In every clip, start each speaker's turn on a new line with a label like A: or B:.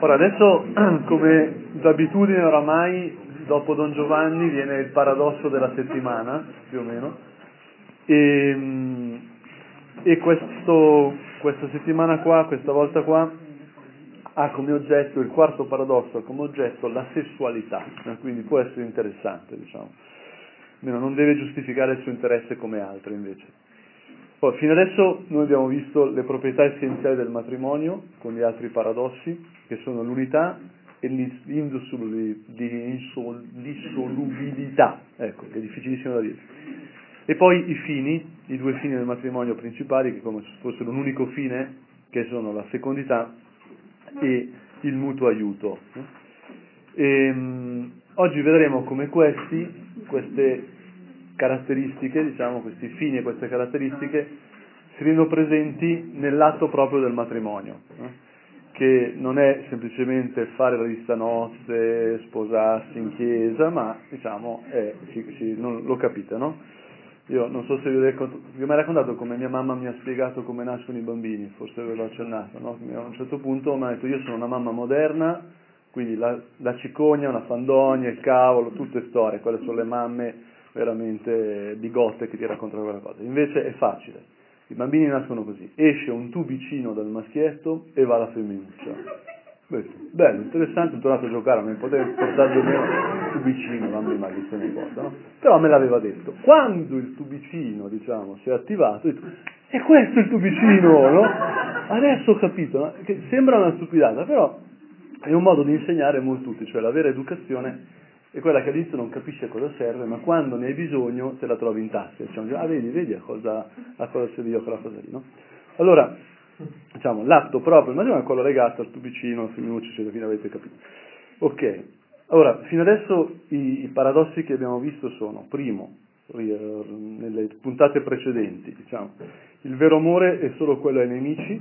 A: Ora, adesso, come d'abitudine oramai, dopo Don Giovanni viene il paradosso della settimana, più o meno, e questa settimana qua, questa volta qua, ha come oggetto, il quarto paradosso ha come oggetto la sessualità, quindi può essere interessante, diciamo. Almeno non deve giustificare il suo interesse come altri, invece. Poi, fino adesso noi abbiamo visto le proprietà essenziali del matrimonio, con gli altri paradossi, che sono l'unità e l'indissolubilità, ecco, che è difficilissimo da dire. E poi i due fini del matrimonio principali, che come se fossero un unico fine, che sono la fecondità e il mutuo aiuto. Oggi vedremo come queste caratteristiche, diciamo, questi fini e queste caratteristiche si rendono presenti nell'atto proprio del matrimonio, che non è semplicemente fare la lista nozze, sposarsi in chiesa, ma diciamo lo capite, no? Io non so se vi ho mai raccontato come mia mamma mi ha spiegato come nascono i bambini, forse ve l'ho accennato, no? A un certo punto mi ha detto: io sono una mamma moderna, quindi la cicogna, una fandonia, il cavolo, tutte storie, quelle sono le mamme veramente bigotte che ti raccontano quella cosa. Invece è facile, i bambini nascono così: esce un tubicino dal maschietto e va la femminuccia. Bello, interessante, sono tornato a giocare, non mi potevo portare meno il tubicino, ma che se ne importa, no? Però me l'aveva detto. Quando il tubicino, diciamo, si è attivato, ho detto: è questo il tubicino, no? Adesso ho capito, no? Che sembra una stupidata, però è un modo di insegnare molto utile, cioè la vera educazione è quella che all'inizio non capisce a cosa serve, ma quando ne hai bisogno te la trovi in tasca, diciamo: vedi a cosa serviva quella cosa lì, no? Allora, diciamo, l'atto proprio il matrimonio è quello legato al tubicino, al femminuccio, eccetera, fino avete capito. Ok, allora, fino adesso i paradossi che abbiamo visto sono: primo, nelle puntate precedenti, diciamo, il vero amore è solo quello ai nemici,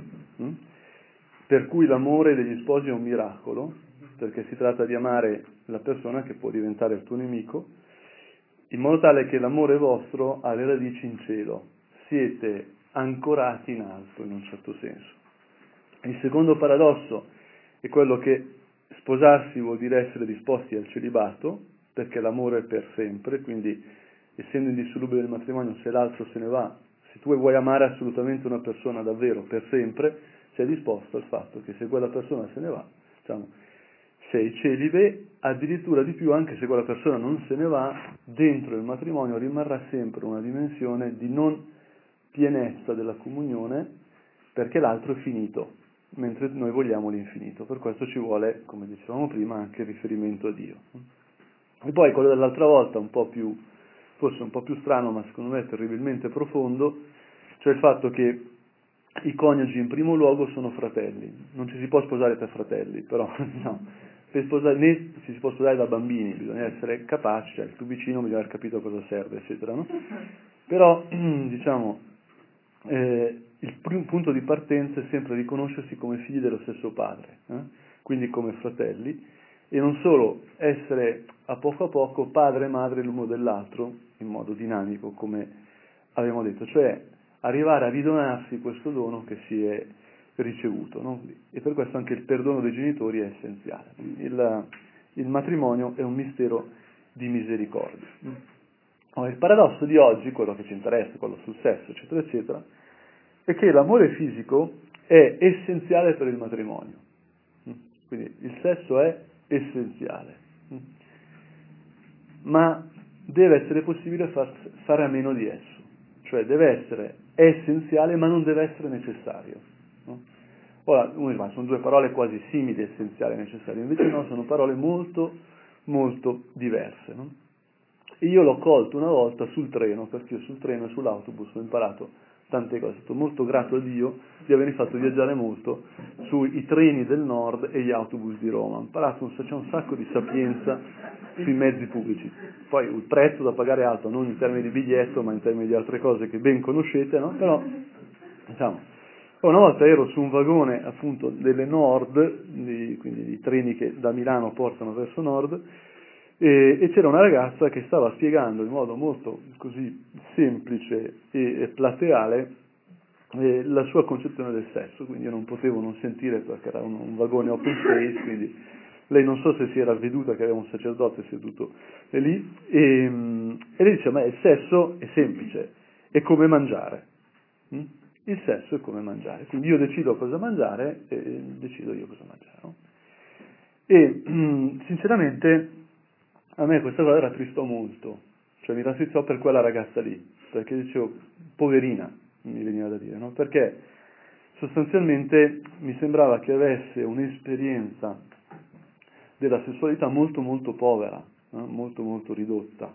A: per cui l'amore degli sposi è un miracolo, perché si tratta di amare la persona che può diventare il tuo nemico, in modo tale che l'amore vostro ha le radici in cielo, siete ancorati in alto, in un certo senso. Il secondo paradosso è quello che sposarsi vuol dire essere disposti al celibato, perché l'amore è per sempre, quindi essendo indissolubile il matrimonio, se l'altro se ne va, se tu vuoi amare assolutamente una persona davvero per sempre, sei disposto al fatto che se quella persona se ne va, diciamo, sei celibe, addirittura di più, anche se quella persona non se ne va, dentro il matrimonio rimarrà sempre una dimensione di non pienezza della comunione, perché l'altro è finito, mentre noi vogliamo l'infinito. Per questo ci vuole, come dicevamo prima, anche il riferimento a Dio. E poi quello dell'altra volta, forse un po' più strano, ma secondo me terribilmente profondo, cioè il fatto che i coniugi in primo luogo sono fratelli. Non ci si può sposare per fratelli, però no, né si può sposare da bambini, bisogna essere capaci, cioè il tuo vicino bisogna aver capito a cosa serve, eccetera, no? Però, diciamo, il punto di partenza è sempre riconoscersi come figli dello stesso padre, quindi come fratelli, e non solo essere a poco padre e madre l'uno dell'altro in modo dinamico, come abbiamo detto, cioè arrivare a ridonarsi questo dono che si è ricevuto, no? E per questo anche il perdono dei genitori è essenziale. Il matrimonio è un mistero di misericordia. Il paradosso di oggi, quello che ci interessa, quello sul sesso, eccetera, eccetera, è che l'amore fisico è essenziale per il matrimonio. Quindi il sesso è essenziale, ma deve essere possibile fare a meno di esso, cioè è essenziale ma non deve essere necessario. Ora, uno dice: ma sono due parole quasi simili, essenziale e necessario, invece no, sono parole molto, molto diverse, no? E io l'ho colto una volta sul treno, perché io sul treno e sull'autobus ho imparato tante cose, sono stato molto grato a Dio di avermi fatto viaggiare molto sui treni del nord e gli autobus di Roma, ho imparato c'è un sacco di sapienza sui mezzi pubblici, poi il prezzo da pagare è alto, non in termini di biglietto ma in termini di altre cose che ben conoscete, no? Però, diciamo, una volta ero su un vagone appunto delle Nord, quindi di treni che da Milano portano verso Nord, e c'era una ragazza che stava spiegando in modo molto così semplice e plateale la sua concezione del sesso, quindi io non potevo non sentire perché era un vagone open space, quindi lei non so se si era avveduta che aveva un sacerdote seduto lì, e lei dice, ma il sesso è semplice, è come mangiare. Il sesso è come mangiare, quindi io decido cosa mangiare e decido io cosa mangiare. No? E sinceramente a me questa cosa rattristò molto, cioè mi rattristò per quella ragazza lì, perché dicevo, poverina, mi veniva da dire, no? Perché sostanzialmente mi sembrava che avesse un'esperienza della sessualità molto molto povera, molto molto ridotta.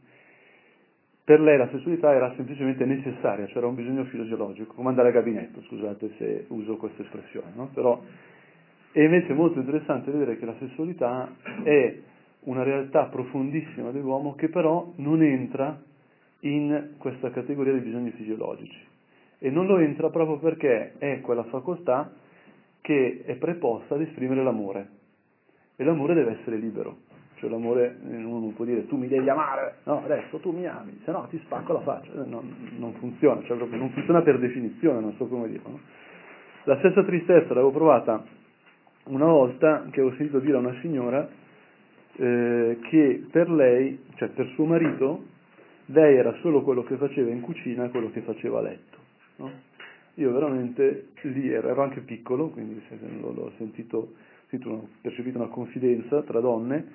A: Per lei la sessualità era semplicemente necessaria, cioè era un bisogno fisiologico, come andare a gabinetto, scusate se uso questa espressione, no? Però è invece molto interessante vedere che la sessualità è una realtà profondissima dell'uomo che però non entra in questa categoria di bisogni fisiologici e non lo entra proprio perché è quella facoltà che è preposta ad esprimere l'amore e l'amore deve essere libero, cioè l'amore uno non può dire tu mi devi amare, no adesso tu mi ami, se no ti spacco la faccia, non funziona, cioè proprio non funziona per definizione, non so come dirlo. No? La stessa tristezza l'avevo provata una volta che avevo sentito dire a una signora che per lei, cioè per suo marito, lei era solo quello che faceva in cucina e quello che faceva a letto. No? Io veramente lì ero anche piccolo, quindi l'ho percepito una confidenza tra donne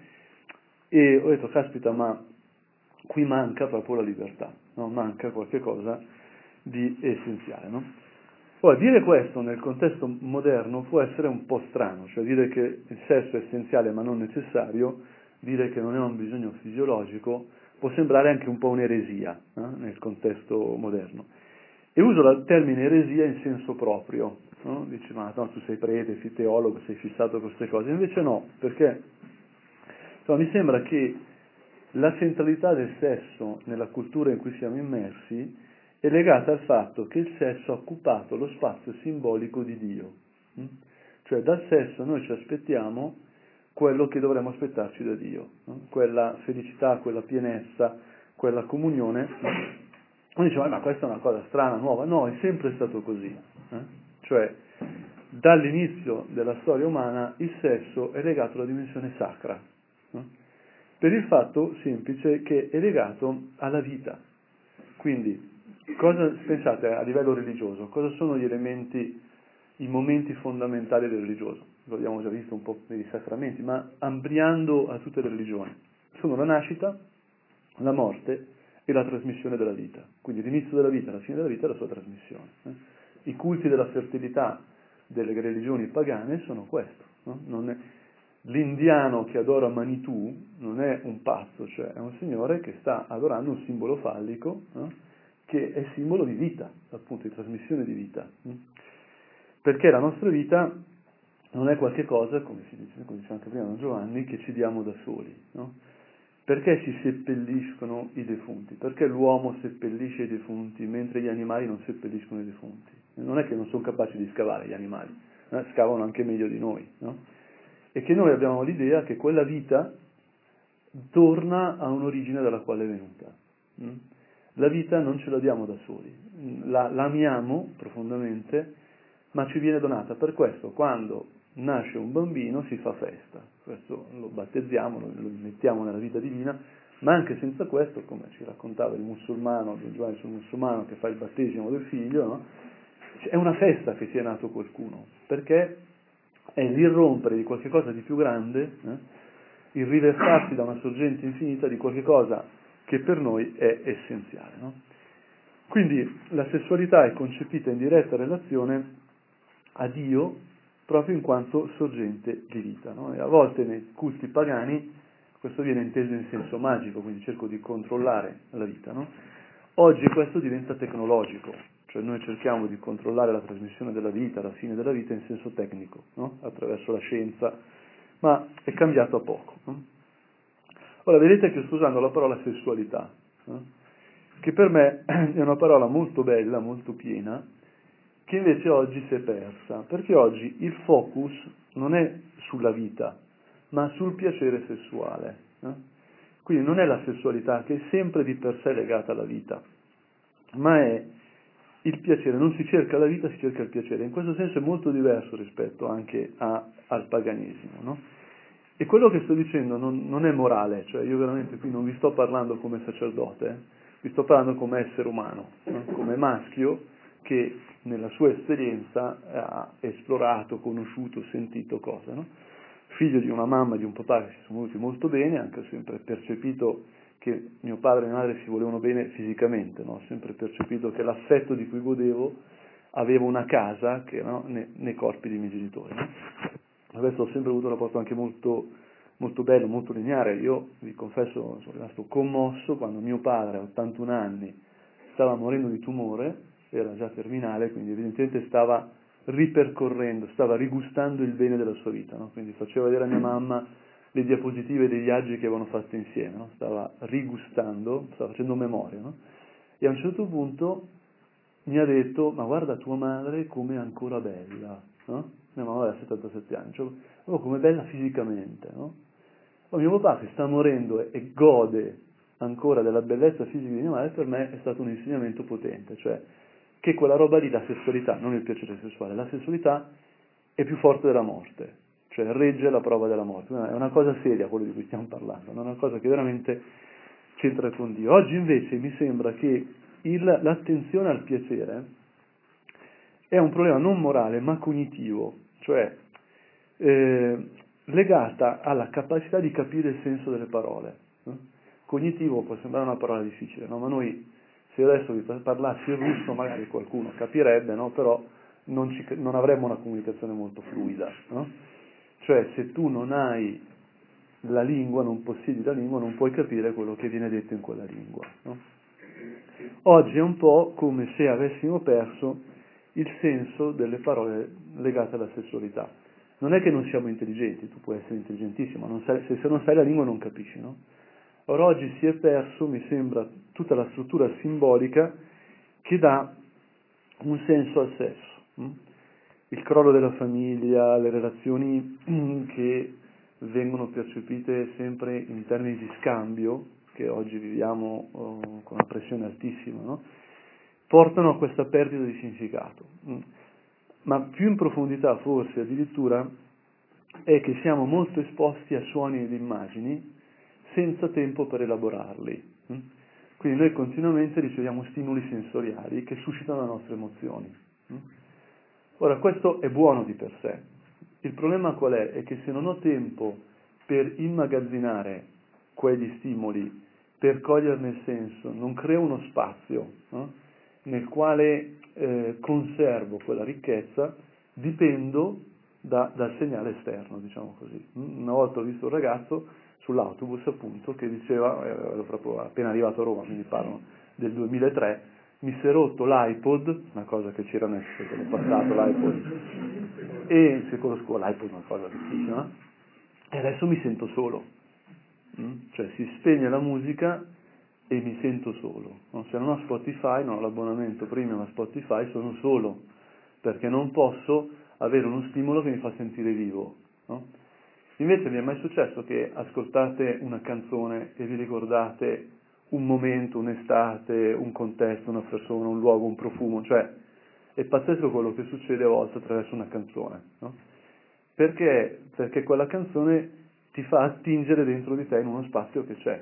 A: e ho detto, caspita, ma qui manca proprio la libertà, no? Manca qualche cosa di essenziale. No? Ora, dire questo nel contesto moderno può essere un po' strano, cioè dire che il sesso è essenziale ma non necessario, dire che non è un bisogno fisiologico, può sembrare anche un po' un'eresia nel contesto moderno. E uso il termine eresia in senso proprio, no? Dici, ma no, tu sei prete, sei teologo, sei fissato con queste cose, invece no, perché insomma, mi sembra che la centralità del sesso nella cultura in cui siamo immersi è legata al fatto che il sesso ha occupato lo spazio simbolico di Dio. Cioè dal sesso noi ci aspettiamo quello che dovremmo aspettarci da Dio, quella felicità, quella pienezza, quella comunione. Uno dice, ma questa è una cosa strana, nuova. No, è sempre stato così. Cioè, dall'inizio della storia umana il sesso è legato alla dimensione sacra, per il fatto semplice che è legato alla vita. Quindi, cosa pensate a livello religioso? Cosa sono gli elementi, i momenti fondamentali del religioso? Lo abbiamo già visto un po' nei sacramenti, ma ampliando a tutte le religioni. Sono la nascita, la morte e la trasmissione della vita. Quindi l'inizio della vita, la fine della vita e la sua trasmissione. I culti della fertilità delle religioni pagane sono questo. Non è, l'indiano che adora Manitou non è un pazzo, cioè è un signore che sta adorando un simbolo fallico che è simbolo di vita, appunto di trasmissione di vita. Perché la nostra vita non è qualche cosa, come si dice, come diceva anche prima Don Giovanni, che ci diamo da soli. No? Perché si seppelliscono i defunti? Perché l'uomo seppellisce i defunti mentre gli animali non seppelliscono i defunti? Non è che non sono capaci di scavare gli animali, scavano anche meglio di noi, no? E che noi abbiamo l'idea che quella vita torna a un'origine dalla quale è venuta. La vita non ce la diamo da soli, la amiamo profondamente, ma ci viene donata. Per questo quando nasce un bambino si fa festa, questo lo battezziamo, lo mettiamo nella vita divina, ma anche senza questo, come ci raccontava il musulmano, Don Giovanni sul musulmano che fa il battesimo del figlio, no? È una festa che sia nato qualcuno, perché è l'irrompere di qualche cosa di più grande, il riversarsi da una sorgente infinita di qualche cosa che per noi è essenziale. No? Quindi la sessualità è concepita in diretta relazione a Dio proprio in quanto sorgente di vita. No? E a volte nei culti pagani questo viene inteso in senso magico, quindi cerco di controllare la vita. No? Oggi questo diventa tecnologico, cioè noi cerchiamo di controllare la trasmissione della vita, la fine della vita in senso tecnico, no? Attraverso la scienza, ma è cambiato a poco. No? Ora vedete che sto usando la parola sessualità, che per me è una parola molto bella, molto piena, che invece oggi si è persa, perché oggi il focus non è sulla vita, ma sul piacere sessuale. Quindi non è la sessualità che è sempre di per sé legata alla vita, ma è il piacere, non si cerca la vita, si cerca il piacere. In questo senso è molto diverso rispetto anche al paganesimo, no? E quello che sto dicendo non è morale, cioè io veramente qui non vi sto parlando come sacerdote, vi sto parlando come essere umano, no? Come maschio che nella sua esperienza ha esplorato, conosciuto, sentito cose, no? Figlio di una mamma e di un papà che si sono voluti molto bene, anche ho sempre percepito che mio padre e mia madre si volevano bene fisicamente, no? Ho sempre percepito che l'affetto di cui godevo aveva una casa che era, no, nei corpi dei miei genitori, no? Adesso ho sempre avuto un rapporto anche molto, molto bello, molto lineare. Io vi confesso, sono rimasto commosso quando mio padre a 81 anni stava morendo di tumore, era già terminale, quindi evidentemente stava ripercorrendo, stava rigustando il bene della sua vita, no? Quindi faceva vedere a mia mamma le diapositive dei viaggi che avevano fatto insieme, no? Stava rigustando, stava facendo memoria, no? E a un certo punto mi ha detto, ma guarda tua madre come è ancora bella, no? Mia mamma aveva 77 anni, cioè, oh, come bella fisicamente, no? Oh, mio papà che sta morendo e gode ancora della bellezza fisica di mia madre, per me è stato un insegnamento potente, cioè che quella roba lì, la sessualità, non il piacere sessuale, la sessualità è più forte della morte, cioè regge la prova della morte. È una cosa seria quello di cui stiamo parlando, non è una cosa che veramente c'entra con Dio. Oggi invece mi sembra che l'attenzione al piacere è un problema non morale ma cognitivo, cioè legata alla capacità di capire il senso delle parole. Cognitivo può sembrare una parola difficile, no? Ma noi, se adesso vi parlassi il russo, magari qualcuno capirebbe, no? Però non avremmo una comunicazione molto fluida, no? Cioè, se tu non hai la lingua, non possiedi la lingua, non puoi capire quello che viene detto in quella lingua, no? Oggi è un po' come se avessimo perso il senso delle parole legate alla sessualità. Non è che non siamo intelligenti, tu puoi essere intelligentissimo, ma se non sai la lingua non capisci, no? Ora oggi si è perso, mi sembra, tutta la struttura simbolica che dà un senso al sesso. Il crollo della famiglia, le relazioni che vengono percepite sempre in termini di scambio, che oggi viviamo con una pressione altissima, no? Portano a questa perdita di significato. Ma più in profondità forse addirittura è che siamo molto esposti a suoni ed immagini senza tempo per elaborarli. Quindi noi continuamente riceviamo stimoli sensoriali che suscitano le nostre emozioni. Ora, questo è buono di per sé. Il problema qual è? È che se non ho tempo per immagazzinare quegli stimoli, per coglierne il senso, non creo uno spazio, no? Nel quale conservo quella ricchezza, dipendo dal segnale esterno, diciamo così. Una volta ho visto un ragazzo sull'autobus, appunto, che diceva, ero proprio appena arrivato a Roma, quindi parlo del 2003, mi si è rotto l'iPod, una cosa che c'era nel secolo passato, l'iPod, e il secolo scorso l'iPod è una cosa vecchissima, e adesso mi sento solo. Cioè si spegne la musica e mi sento solo. Se non ho Spotify, non ho l'abbonamento premium a Spotify, sono solo, perché non posso avere uno stimolo che mi fa sentire vivo, no? Invece vi è mai successo che ascoltate una canzone e vi ricordate un momento, un'estate, un contesto, una persona, un luogo, un profumo? Cioè è pazzesco quello che succede a volte attraverso una canzone, no? Perché? Perché quella canzone ti fa attingere dentro di te in uno spazio che c'è.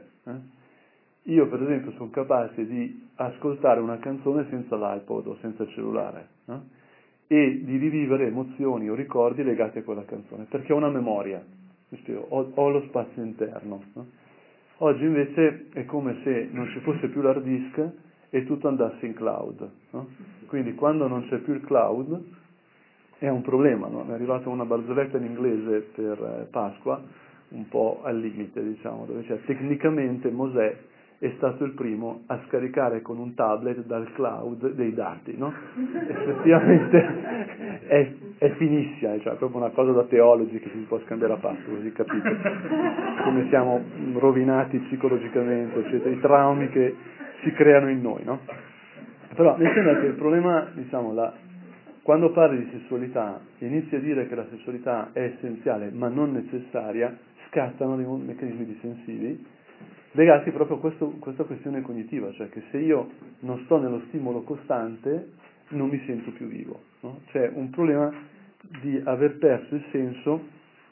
A: Io per esempio sono capace di ascoltare una canzone senza l'iPod o senza il cellulare, e di rivivere emozioni o ricordi legati a quella canzone, perché ho una memoria, ho lo spazio interno. Oggi invece è come se non ci fosse più l'hard disk e tutto andasse in cloud. Quindi quando non c'è più il cloud è un problema, no? Mi è arrivata una barzelletta in inglese per Pasqua, un po' al limite, diciamo, dove c'è tecnicamente Mosè è stato il primo a scaricare con un tablet dal cloud dei dati, no? Effettivamente è finissima, cioè è proprio una cosa da teologi che si può scambiare a passo, così capite come siamo rovinati psicologicamente, eccetera, i traumi che si creano in noi, no? Però mi sembra che il problema, diciamo, quando parli di sessualità e inizi a dire che la sessualità è essenziale ma non necessaria, scattano dei meccanismi difensivi legati proprio a questa questione cognitiva, cioè che se io non sto nello stimolo costante non mi sento più vivo, no? C'è un problema di aver perso il senso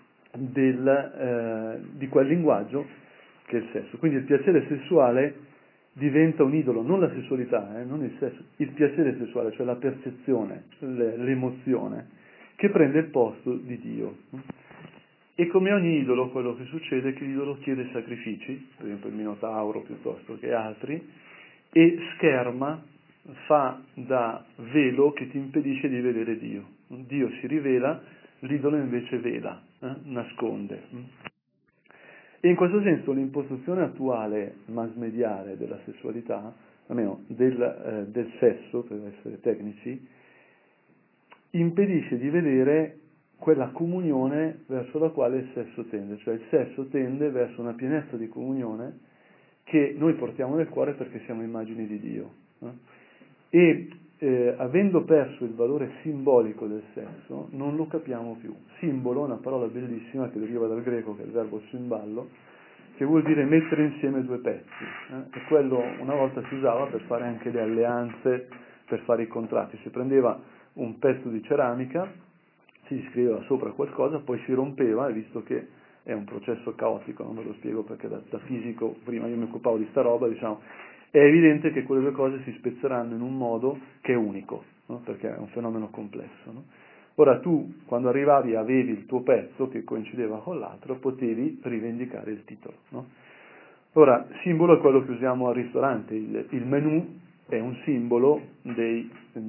A: di quel linguaggio che è il sesso. Quindi il piacere sessuale diventa un idolo, non la sessualità, non il sesso, il piacere sessuale, cioè la percezione, l'emozione, che prende il posto di Dio. E come ogni idolo, quello che succede è che l'idolo chiede sacrifici, per esempio il Minotauro piuttosto che altri, e scherma, fa da velo che ti impedisce di vedere Dio. Dio si rivela, l'idolo invece vela, nasconde. E in questo senso l'impostazione attuale mass-mediale della sessualità, almeno del sesso, per essere tecnici, impedisce di vedere quella comunione verso la quale il sesso tende, cioè il sesso tende verso una pienezza di comunione che noi portiamo nel cuore perché siamo immagini di Dio. E avendo perso il valore simbolico del sesso, non lo capiamo più. Simbolo è una parola bellissima che deriva dal greco, che è il verbo cimballo, che vuol dire mettere insieme due pezzi. E quello una volta si usava per fare anche le alleanze, per fare i contratti. Si prendeva un pezzo di ceramica, si scriveva sopra qualcosa, poi si rompeva, e visto che è un processo caotico, non ve lo spiego perché da fisico, prima io mi occupavo di sta roba, diciamo, è evidente che quelle due cose si spezzeranno in un modo che è unico, no? Perché è un fenomeno complesso. No? Ora tu, quando arrivavi e avevi il tuo pezzo che coincideva con l'altro, potevi rivendicare il titolo. No? Ora, simbolo è quello che usiamo al ristorante, il menù è un simbolo dei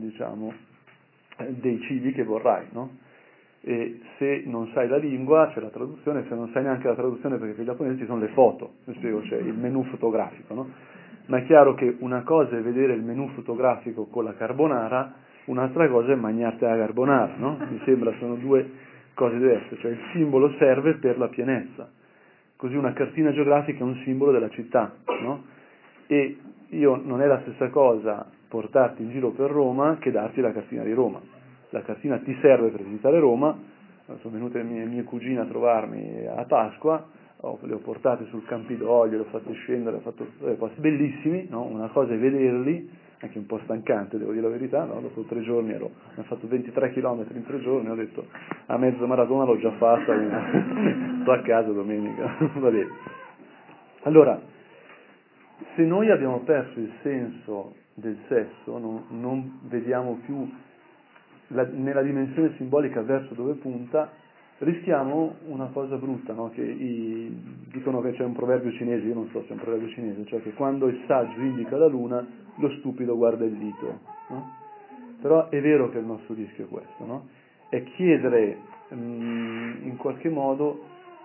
A: cibi che vorrai, no? E se non sai la lingua c'è la traduzione, se non sai neanche la traduzione perché per i giapponesi ci sono le foto, mi spiego, c'è il menù fotografico, no? Ma è chiaro che una cosa è vedere il menù fotografico con la carbonara, un'altra cosa è mangiarti la carbonara, no? Mi sembra sono due cose diverse, cioè il simbolo serve per la pienezza, così una cartina geografica è un simbolo della città, no? E non è la stessa cosa portarti in giro per Roma che darti la cartina di Roma. La cartina ti serve per visitare Roma, sono venute mie cugine a trovarmi a Pasqua, le ho portate sul Campidoglio, le ho fatte scendere, ho fatto posti bellissimi, no? Una cosa è vederli, anche un po' stancante, devo dire la verità, no? Dopo 3 giorni ho fatto 23 km in 3 giorni, ho detto a mezza maratona l'ho già fatta, sto a casa domenica, va bene. Allora, se noi abbiamo perso il senso del sesso, non vediamo più nella dimensione simbolica verso dove punta, rischiamo una cosa brutta, no? Che dicono che c'è un proverbio cinese, io non so se è un proverbio cinese, cioè che quando il saggio indica la luna, lo stupido guarda il dito. No? Però è vero che il nostro rischio è questo, no? È chiedere in qualche modo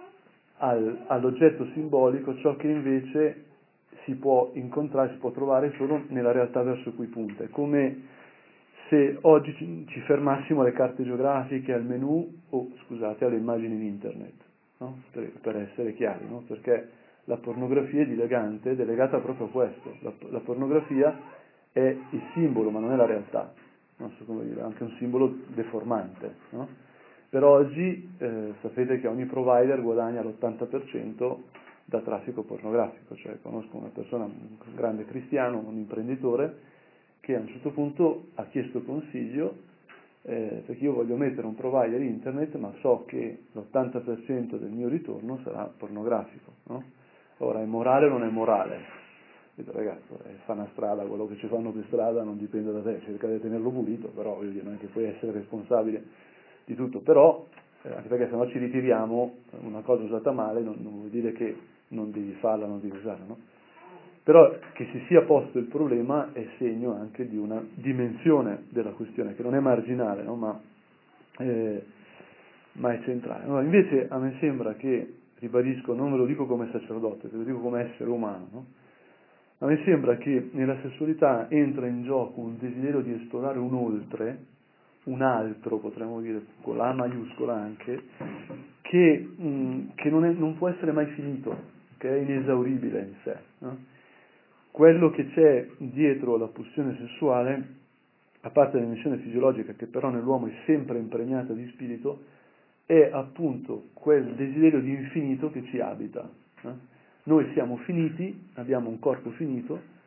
A: all'oggetto simbolico ciò che invece si può incontrare, si può trovare solo nella realtà verso cui punta. È come se oggi ci fermassimo alle carte geografiche, al menu, alle immagini in internet, no? Per essere chiari, no? Perché la pornografia è dilagante, ed è legata proprio a questo. La pornografia è il simbolo, ma non è la realtà, non so come dire, è anche un simbolo deformante, no? Per oggi sapete che ogni provider guadagna l'80% da traffico pornografico, cioè conosco una persona, un grande cristiano, un imprenditore, che a un certo punto ha chiesto consiglio perché io voglio mettere un provider internet ma so che l'80% del mio ritorno sarà pornografico, no? Ora è morale o non è morale? Dico, ragazzo, fa una strada, quello che ci fanno per strada non dipende da te, cerca di tenerlo pulito, però voglio dire, non è che puoi essere responsabile di tutto, però anche perché se no ci ritiriamo, una cosa usata male non vuol dire che non devi farla, non devi usarla, no? Però che si sia posto il problema è segno anche di una dimensione della questione, che non è marginale, no? ma è centrale. No, invece a me sembra che, ribadisco, non ve lo dico come sacerdote, ve lo dico come essere umano, no? A me sembra che nella sessualità entra in gioco un desiderio di esplorare un oltre, un altro, potremmo dire, con la maiuscola anche, che non può essere mai finito, che è inesauribile in sé, no? Quello che c'è dietro la pulsione sessuale, a parte la dimensione fisiologica che però nell'uomo è sempre impregnata di spirito, è appunto quel desiderio di infinito che ci abita. Noi siamo finiti, abbiamo un corpo finito,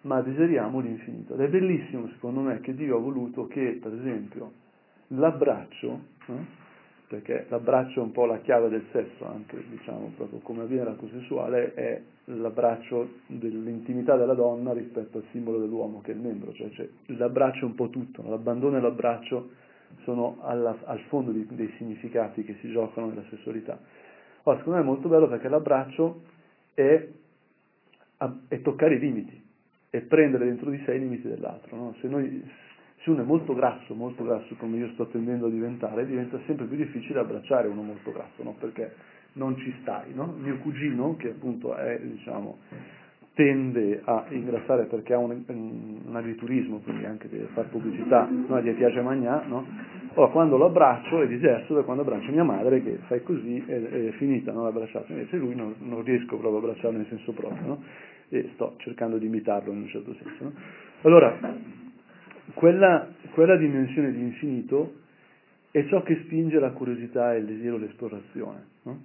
A: ma desideriamo l'infinito. Ed è bellissimo, secondo me, che Dio ha voluto che, per esempio, l'abbraccio, perché l'abbraccio è un po' la chiave del sesso, anche, diciamo, proprio come avviene l'atto sessuale, è l'abbraccio dell'intimità della donna rispetto al simbolo dell'uomo, che è il membro, cioè l'abbraccio è un po' tutto, no? L'abbandono e l'abbraccio sono al fondo dei significati che si giocano nella sessualità. Allora, secondo me è molto bello perché l'abbraccio è toccare i limiti, è prendere dentro di sé i limiti dell'altro, no? Se uno è molto grasso come io sto tendendo a diventare, diventa sempre più difficile abbracciare uno molto grasso, no? Perché non ci stai, no? Mio cugino, che appunto è, diciamo, tende a ingrassare perché ha un agriturismo, quindi anche deve fare pubblicità, no? Gli piace mangiare, no? Ora, quando lo abbraccio è diverso da quando abbraccio mia madre, che fai così è finita, no? L'abbracciato. Invece lui non riesco proprio a abbracciarlo nel senso proprio, no? E sto cercando di imitarlo in un certo senso, no? Allora, quella dimensione di infinito è ciò che spinge la curiosità, il desiderio, l'esplorazione, no?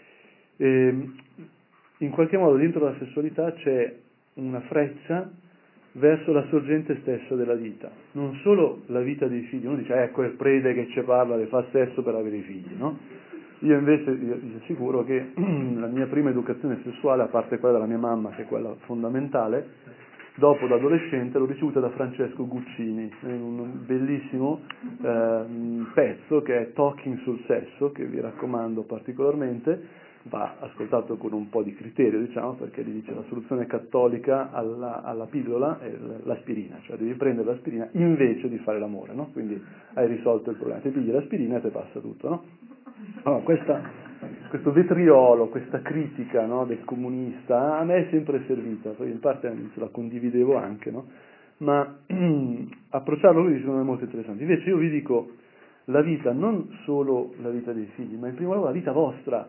A: In qualche modo dentro la sessualità c'è una freccia verso la sorgente stessa della vita, non solo la vita dei figli. Uno dice, ecco il prete che ci parla, che fa sesso per avere i figli, no? Io invece vi assicuro che la mia prima educazione sessuale, a parte quella della mia mamma, che è quella fondamentale, dopo da adolescente l'ho ricevuta da Francesco Guccini, in un bellissimo pezzo che è Talking sul sesso, che vi raccomando particolarmente. Va ascoltato con un po' di criterio, diciamo, perché gli dice la soluzione cattolica alla pillola è l'aspirina, cioè devi prendere l'aspirina invece di fare l'amore, no? Quindi hai risolto il problema, ti pigli l'aspirina e ti passa tutto, no? Allora, questo vetriolo, questa critica, no, del comunista, a me è sempre servita, poi in parte la condividevo anche, no? Ma approcciarlo così secondo me è molto interessante. Invece io vi dico, la vita, non solo la vita dei figli, ma in primo luogo la vita vostra.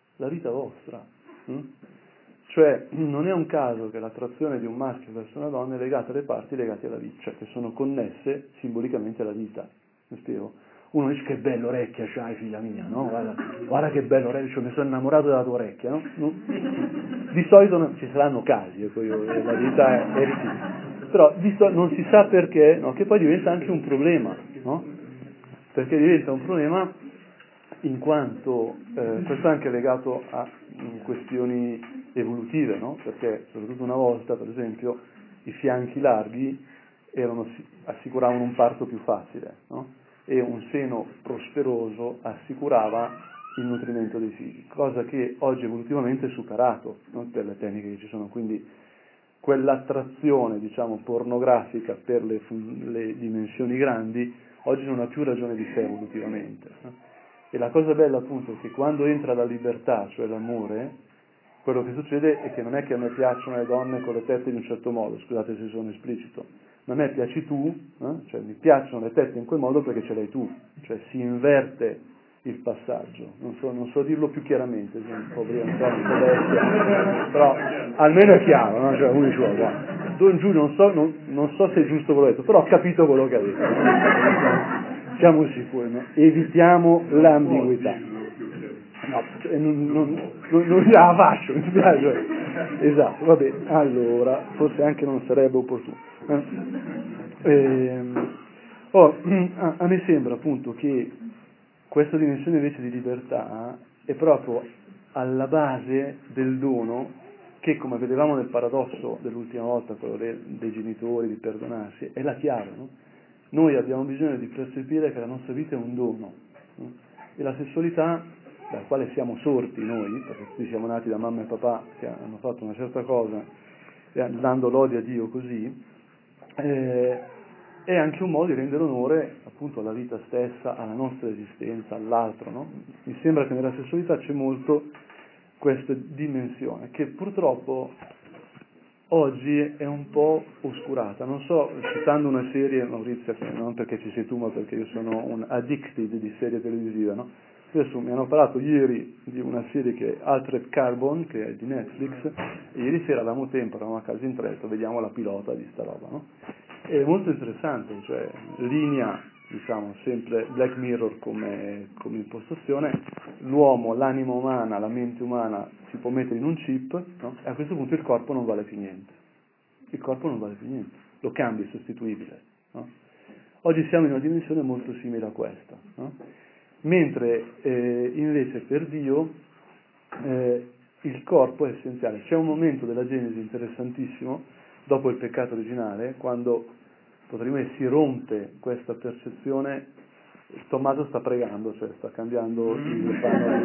A: Cioè non è un caso che l'attrazione di un maschio verso una donna è legata alle parti legate alla vita, cioè che sono connesse simbolicamente alla vita. Mi spiego? Uno dice che bella orecchia c'hai figlia mia, no? Guarda che bella orecchia, mi sono innamorato della tua orecchia, no? Di solito ci saranno casi, ecco, la vita è ripetita. Però non si sa perché, no? Che poi diventa anche un problema, no? Perché diventa un problema in quanto questo è anche legato a questioni evolutive, no? Perché soprattutto una volta, per esempio, i fianchi larghi assicuravano un parto più facile, no? E un seno prosperoso assicurava il nutrimento dei figli, cosa che oggi evolutivamente è superato, no? Per le tecniche che ci sono, quindi quell'attrazione, diciamo, pornografica per le dimensioni grandi oggi non ha più ragione di sé evolutivamente, no? E la cosa bella appunto è che quando entra la libertà, cioè l'amore, quello che succede è che non è che a me piacciono le donne con le tette di un certo modo, scusate se sono esplicito, ma a me piaci tu, cioè mi piacciono le tette in quel modo perché ce l'hai tu, cioè si inverte il passaggio, non so dirlo più chiaramente, sono un po' vecchio, però almeno è chiaro, no? Cioè uno dice, guarda, Don Giulio non so se è giusto quello che ho detto, però ho capito quello che ha detto. Siamo sicuri, no? Evitiamo l'ambiguità. No, non la faccio, mi spiace. Esatto, va bene, allora, forse anche non sarebbe opportuno. A me sembra appunto che questa dimensione invece di libertà è proprio alla base del dono che, come vedevamo nel paradosso dell'ultima volta, quello dei genitori, di perdonarsi, è la chiave, no? Noi abbiamo bisogno di percepire che la nostra vita è un dono, no? E la sessualità, dalla quale siamo sorti noi, perché tutti siamo nati da mamma e papà che hanno fatto una certa cosa, dando lode a Dio così, è anche un modo di rendere onore appunto alla vita stessa, alla nostra esistenza, all'altro, no? Mi sembra che nella sessualità c'è molto questa dimensione che purtroppo oggi è un po' oscurata. Non so, citando una serie, Maurizio, non perché ci sei tu, ma perché io sono un addicted di serie televisive, no? Adesso mi hanno parlato ieri di una serie che è Altered Carbon, che è di Netflix, e ieri sera avevamo tempo, eravamo a casa in tre, vediamo la pilota di sta roba, no? È molto interessante, cioè linea, diciamo, sempre Black Mirror come impostazione, l'uomo, l'anima umana, la mente umana si può mettere in un chip, no? E a questo punto il corpo non vale più niente. il corpo non vale più niente, lo cambi, è sostituibile. No? Oggi siamo in una dimensione molto simile a questa, no? Mentre invece per Dio il corpo è essenziale. C'è un momento della Genesi interessantissimo, dopo il peccato originale, quando potremmo dire si rompe questa percezione. Tommaso sta pregando, cioè sta cambiando il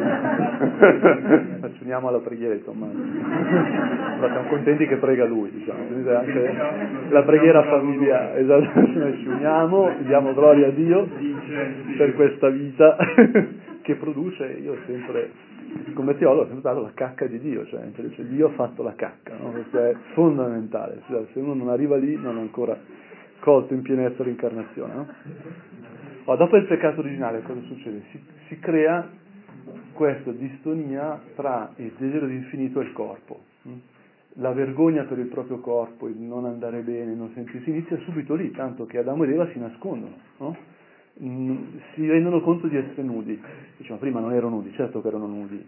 A: panno. Ci uniamo alla preghiera di Tommaso. Ma siamo contenti che prega lui, diciamo. Quindi anche la preghiera familiare, esatto, noi ci uniamo, diamo gloria a Dio per questa vita che produce. Io sempre, come teologo, ho sempre dato la cacca di Dio, cioè Dio ha fatto la cacca, no? Questo è fondamentale, cioè, se uno non arriva lì non ha ancora colto in pienezza l'incarnazione, no? Dopo il peccato originale cosa succede? Si crea questa distonia tra il desiderio di infinito e il corpo. La vergogna per il proprio corpo, il non andare bene, il non sentirsi, inizia subito lì, tanto che Adamo ed Eva si nascondono, no? Si rendono conto di essere nudi. Diciamo, prima non erano nudi, certo che erano nudi,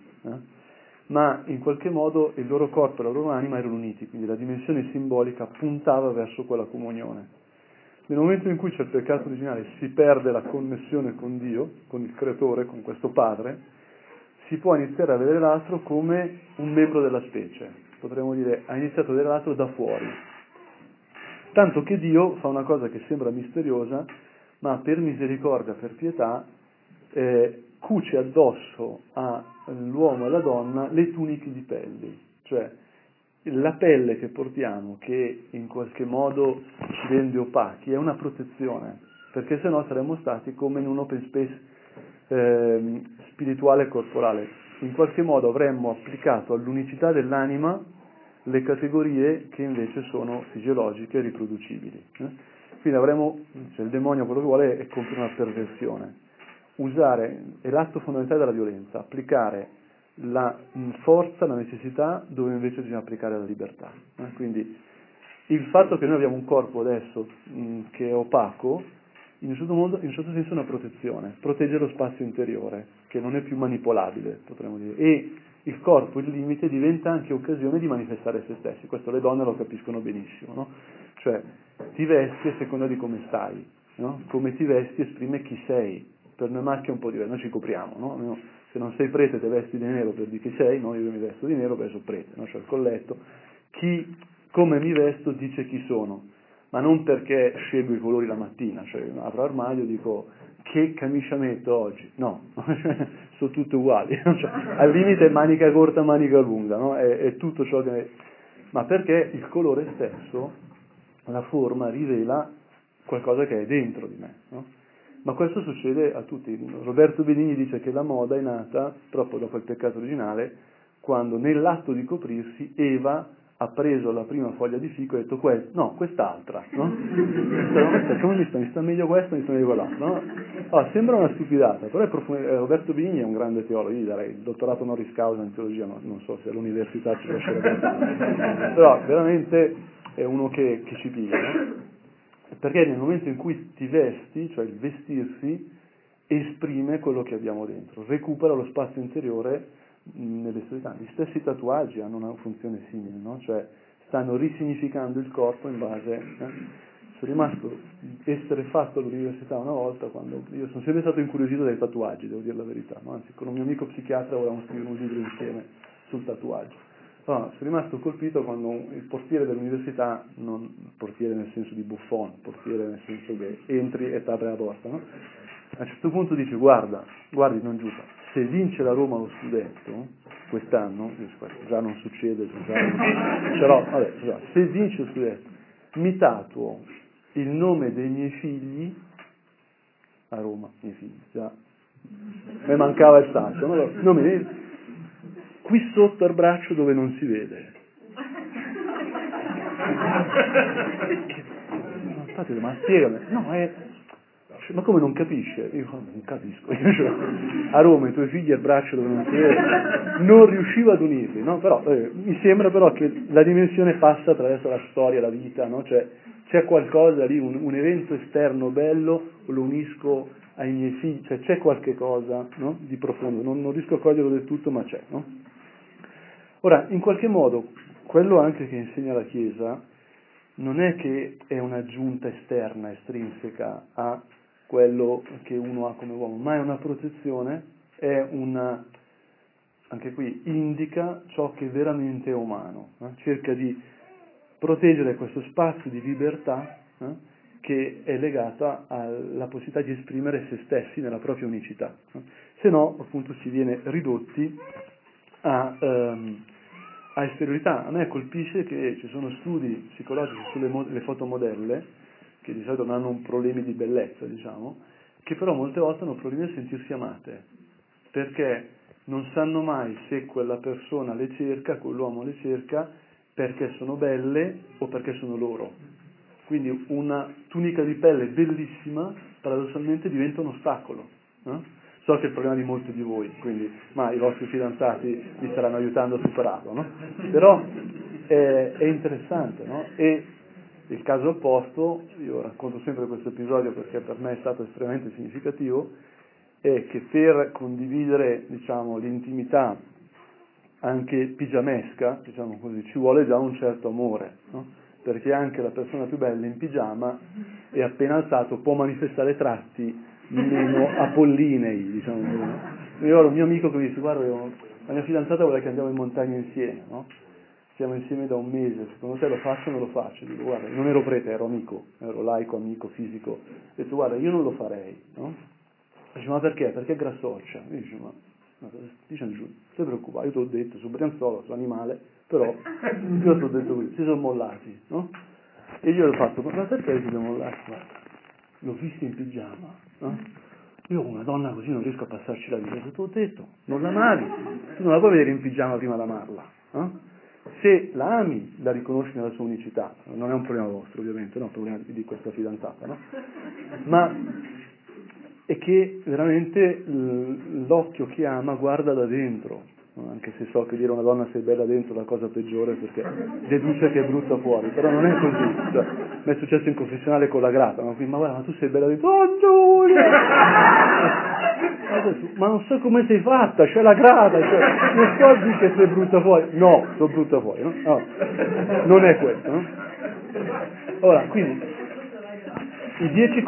A: ma in qualche modo il loro corpo e la loro anima erano uniti, quindi la dimensione simbolica puntava verso quella comunione. Nel momento in cui c'è il peccato originale si perde la connessione con Dio, con il creatore, con questo padre, si può iniziare a vedere l'altro come un membro della specie, potremmo dire ha iniziato a vedere l'altro da fuori. Tanto che Dio fa una cosa che sembra misteriosa, ma per misericordia, per pietà, cuce addosso all'uomo e alla donna le tuniche di pelli, cioè la pelle che portiamo, che in qualche modo ci rende opachi, è una protezione, perché sennò saremmo stati come in un open space spirituale e corporale. In qualche modo avremmo applicato all'unicità dell'anima le categorie che invece sono fisiologiche e riproducibili. Quindi cioè il demonio quello che vuole è compiere una perversione, è l'atto fondamentale della violenza, applicare la forza, la necessità, dove invece bisogna applicare la libertà. Quindi il fatto che noi abbiamo un corpo adesso che è opaco, in un certo senso è una protezione, protegge lo spazio interiore, che non è più manipolabile, potremmo dire, e il corpo, il limite, diventa anche occasione di manifestare se stessi. Questo le donne lo capiscono benissimo, no? Cioè, ti vesti a seconda di come stai, no? Come ti vesti esprime chi sei. Per noi maschi è un po' diverso, noi ci copriamo, no? Se non sei prete te vesti di nero per dire chi sei, no? Io mi vesto di nero perché sono prete, no? C'ho il colletto. Come mi vesto dice chi sono, ma non perché scelgo i colori la mattina, cioè apro l'armadio e dico che camicia metto oggi, no, sono tutte uguali, cioè, al limite manica corta, manica lunga, no? È tutto ciò che... Ma perché il colore stesso, la forma, rivela qualcosa che è dentro di me, no? Ma questo succede a tutti. Roberto Benigni dice che la moda è nata proprio dopo il peccato originale, quando nell'atto di coprirsi Eva ha preso la prima foglia di fico e ha detto no, quest'altra, no? Come mi sta meglio questa, mi sta meglio quell'altra, no? Sembra una stupidata, però Roberto Benigni è un grande teologo, io gli darei il dottorato honoris causa in teologia, no? Non so se all'università ci lascerebbe, però veramente è uno che ci piglia, no? Perché nel momento in cui ti vesti, cioè il vestirsi, esprime quello che abbiamo dentro, recupera lo spazio interiore nell'esterità. Gli stessi tatuaggi hanno una funzione simile, no? Cioè stanno risignificando il corpo in base... Sono rimasto essere fatto all'università una volta, quando io sono sempre stato incuriosito dai tatuaggi, devo dire la verità, no? Anzi, con un mio amico psichiatra volevamo scrivere un libro insieme sul tatuaggio. Sono rimasto colpito quando il portiere dell'università, non portiere nel senso di buffone, portiere nel senso che entri e ti apre la porta, no? A un certo punto dice guardi non giusta, se vince la Roma lo scudetto quest'anno, già non succede, però vabbè, se vince lo scudetto mi tatuo il nome dei miei figli a Roma, miei figli, già mi mancava il salto, no? Qui sotto al braccio dove non si vede. Infatti, ma spiegami, ma come non capisce? Io non capisco. A Roma i tuoi figli al braccio dove non si vede, non riuscivo ad unirli, no? Però mi sembra però che la dimensione passa attraverso la storia, la vita, no? Cioè c'è qualcosa lì, un evento esterno bello, lo unisco ai miei figli, cioè c'è qualche cosa, no? Di profondo, non riesco a coglierlo del tutto, ma c'è, no? Ora, in qualche modo, quello anche che insegna la Chiesa non è che è un'aggiunta esterna, estrinseca a quello che uno ha come uomo, ma è una protezione, anche qui, indica ciò che veramente è umano, cerca di proteggere questo spazio di libertà che è legata alla possibilità di esprimere se stessi nella propria unicità. Se no, appunto, si viene ridotti a esteriorità. A me colpisce che ci sono studi psicologici sulle le fotomodelle, che di solito non hanno problemi di bellezza, diciamo, che però molte volte hanno problemi a sentirsi amate, perché non sanno mai se quella persona le cerca, quell'uomo le cerca, perché sono belle o perché sono loro. Quindi una tunica di pelle bellissima, paradossalmente diventa un ostacolo. So che è il problema di molti di voi, quindi, ma i vostri fidanzati vi staranno aiutando a superarlo, no? Però è interessante, no? E il caso opposto, io racconto sempre questo episodio perché per me è stato estremamente significativo, è che per condividere, diciamo, l'intimità anche pigiamesca, diciamo così, ci vuole già un certo amore, no? Perché anche la persona più bella in pigiama e appena alzato può manifestare tratti meno apollinei, diciamo così, no? Io ho un mio amico che mi dice: guarda, la mia fidanzata vuole che andiamo in montagna insieme, no? Siamo insieme da un mese, secondo te lo faccio o non lo faccio? Dico: guarda, non ero prete, ero amico, ero laico, amico, fisico. Ho detto: guarda, io non lo farei, no? Dice: ma perché? Perché è grassoccia. Io dice: ma dice giù, non ti preoccupare, io ti ho detto, sono brianzolo, sono animale, però io ti ho detto così, si sono mollati, no? E io ho fatto: ma perché si sono mollati? L'ho visto in pigiama, no? Io con una donna così non riesco a passarci la vita. Ti ho detto, non l'amavi, tu non la puoi vedere in pigiama prima di amarla, no? Se la ami, la riconosci nella sua unicità, non è un problema vostro ovviamente, no? È un problema di questa fidanzata, no? Ma è che veramente l'occhio che ama guarda da dentro, no? Anche se so che dire a una donna sei bella dentro è la cosa peggiore perché deduce che è brutta fuori, però non è così. Cioè, mi è successo in confessionale con la grata, no? Quindi, ma guarda, ma tu sei bella dentro, oh Giulia! Ma non so come sei fatta, c'è la grata, cioè, non sto a dire che sei brutta fuori, no, sono brutta fuori, no? No, non è questo, no? Ora, quindi, i 10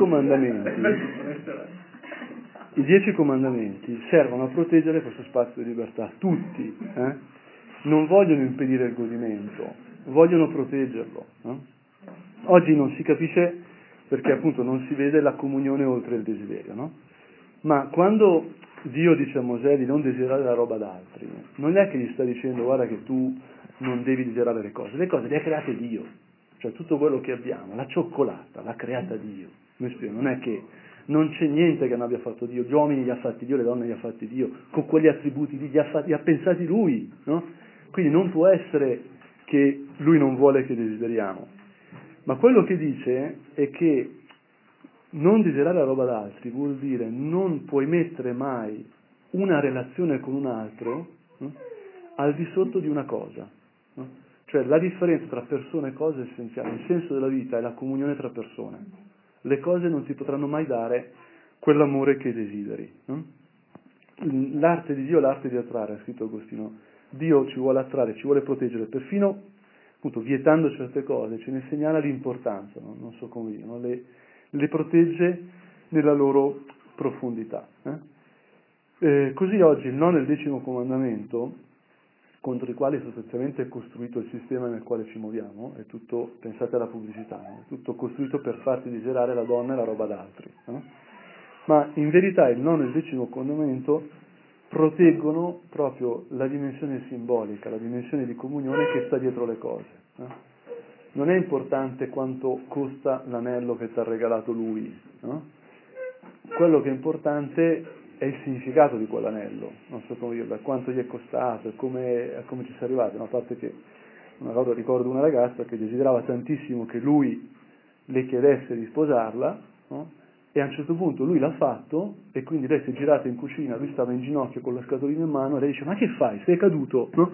A: comandamenti servono a proteggere questo spazio di libertà, tutti, non vogliono impedire il godimento, vogliono proteggerlo. Oggi non si capisce perché appunto non si vede la comunione oltre il desiderio, no? Ma quando Dio dice a Mosè di non desiderare la roba d'altri, non è che gli sta dicendo: guarda che tu non devi desiderare le cose le ha create Dio, cioè tutto quello che abbiamo, la cioccolata l'ha creata Dio, non è che non c'è niente che non abbia fatto Dio, gli uomini li ha fatti Dio, le donne li ha fatti Dio, con quegli attributi lì li ha pensati Lui, no? Quindi non può essere che Lui non vuole che desideriamo, ma quello che dice è che non desiderare la roba d'altri vuol dire non puoi mettere mai una relazione con un altro al di sotto di una cosa. Cioè la differenza tra persone e cose è essenziale. Il senso della vita è la comunione tra persone. Le cose non ti potranno mai dare quell'amore che desideri. L'arte di Dio è l'arte di attrarre, ha scritto Agostino. Dio ci vuole attrarre, ci vuole proteggere, perfino appunto vietando certe cose, ce ne segnala l'importanza, no? Non so come dire, no? Le protegge nella loro profondità. Così oggi il nono e il 10° comandamento, contro i quali sostanzialmente è costruito il sistema nel quale ci muoviamo, è tutto, pensate alla pubblicità, no? È tutto costruito per farti desiderare la donna e la roba d'altri. Ma in verità il nono e il 10° comandamento proteggono proprio la dimensione simbolica, la dimensione di comunione che sta dietro le cose. Non è importante quanto costa l'anello che ti ha regalato lui, no? Quello che è importante è il significato di quell'anello, non so come dirlo, quanto gli è costato e come ci sei arrivato, no? A parte che una volta ricordo una ragazza che desiderava tantissimo che lui le chiedesse di sposarla, no? E a un certo punto lui l'ha fatto e quindi lei si è girata in cucina, lui stava in ginocchio con la scatolina in mano e lei dice: ma che fai? Sei caduto? No?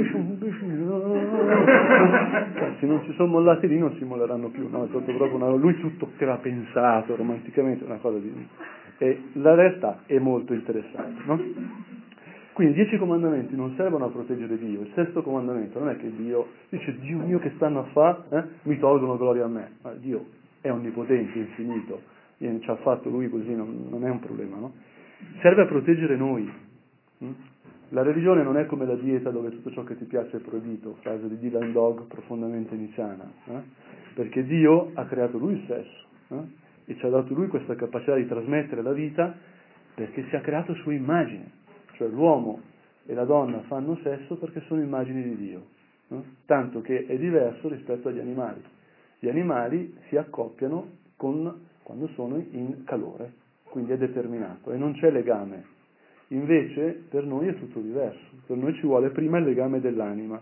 A: Se non si sono mollati lì non si molleranno più, no? È stato proprio lui tutto che aveva pensato romanticamente, una cosa di... E la realtà è molto interessante, no? Quindi i 10 comandamenti non servono a proteggere Dio. Il sesto comandamento non è che Dio dice: Dio mio, che stanno a fare? Mi tolgono gloria a me. Ma Dio è onnipotente, infinito, ci ha fatto Lui così, non è un problema, no? Serve a proteggere noi. La religione non è come la dieta dove tutto ciò che ti piace è proibito, frase di Dylan Dog profondamente nicciana, perché Dio ha creato Lui stesso e ci ha dato Lui questa capacità di trasmettere la vita, perché si ha creato a sua immagine. Cioè l'uomo e la donna fanno sesso perché sono immagini di Dio, tanto che è diverso rispetto agli animali. Gli animali si accoppiano quando sono in calore, quindi è determinato e non c'è legame. Invece per noi è tutto diverso, per noi ci vuole prima il legame dell'anima.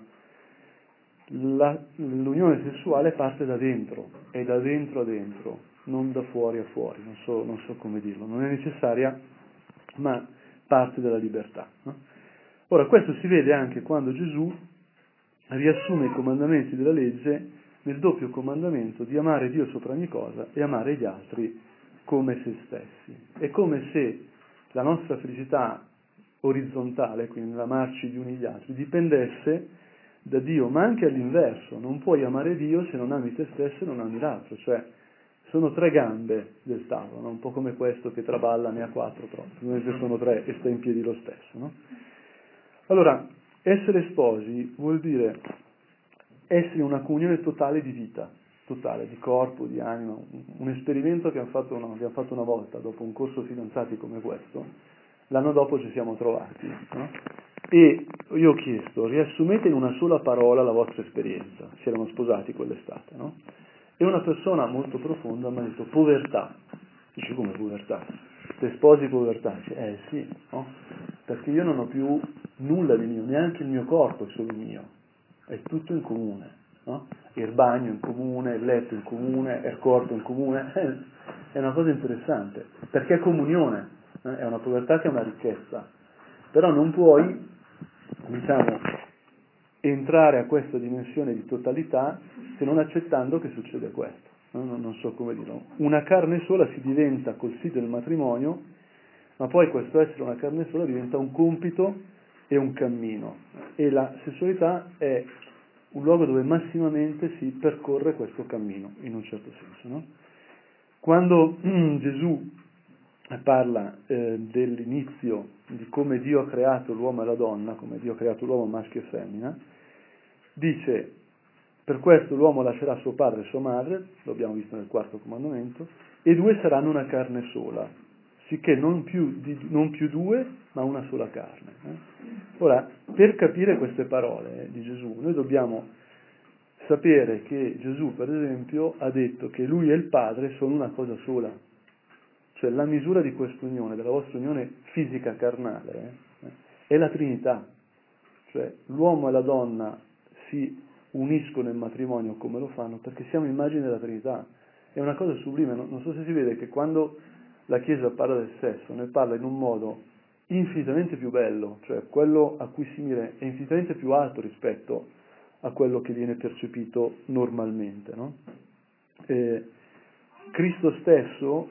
A: L'unione sessuale parte da dentro, è da dentro a dentro, non da fuori a fuori, non so come dirlo, non è necessaria, ma parte dalla libertà. Ora, questo si vede anche quando Gesù riassume i comandamenti della legge nel doppio comandamento di amare Dio sopra ogni cosa e amare gli altri come se stessi. È come se la nostra felicità orizzontale, quindi nell'amarci gli uni gli altri, dipendesse da Dio, ma anche all'inverso. Non puoi amare Dio se non ami te stesso e non ami l'altro, cioè sono 3 gambe del tavolo, un po' come questo che traballa, ne ha 4 proprio, noi che sono 3 e sta in piedi lo stesso. No? Allora, essere sposi vuol dire essere in una comunione totale di vita, totale, di corpo, di anima, un esperimento che abbiamo fatto una volta, dopo un corso fidanzati come questo, l'anno dopo ci siamo trovati, no? E io ho chiesto: riassumete in una sola parola la vostra esperienza, si erano sposati quell'estate, no? E una persona molto profonda mi ha detto: povertà. Dice: come povertà? Te sposi povertà? Dice: sì, no? Perché io non ho più nulla di mio, neanche il mio corpo è solo mio, è tutto in comune, no? Il bagno in comune, il letto in comune, il corpo in comune, è una cosa interessante, perché è comunione, è una povertà che è una ricchezza, però non puoi, diciamo, entrare a questa dimensione di totalità se non accettando che succede questo, non so come dirlo. Una carne sola si diventa col sì del matrimonio, ma poi questo essere una carne sola diventa un compito e un cammino, e la sessualità è un luogo dove massimamente si percorre questo cammino, in un certo senso, no? Quando Gesù parla dell'inizio, di come Dio ha creato l'uomo e la donna, come Dio ha creato l'uomo maschio e femmina, dice: per questo l'uomo lascerà suo padre e sua madre, lo abbiamo visto nel 4° comandamento, e 2 saranno una carne sola, sicché non più 2, ma una sola carne. Ora, per capire queste parole di Gesù, noi dobbiamo sapere che Gesù, per esempio, ha detto che lui e il Padre sono una cosa sola. Cioè la misura di quest'unione, della vostra unione fisica carnale, è la Trinità. Cioè l'uomo e la donna si uniscono in matrimonio come lo fanno perché siamo immagini della Trinità. È una cosa sublime, non so se si vede che quando la Chiesa parla del sesso, ne parla in un modo infinitamente più bello, cioè quello a cui si mira è infinitamente più alto rispetto a quello che viene percepito normalmente, no? Cristo stesso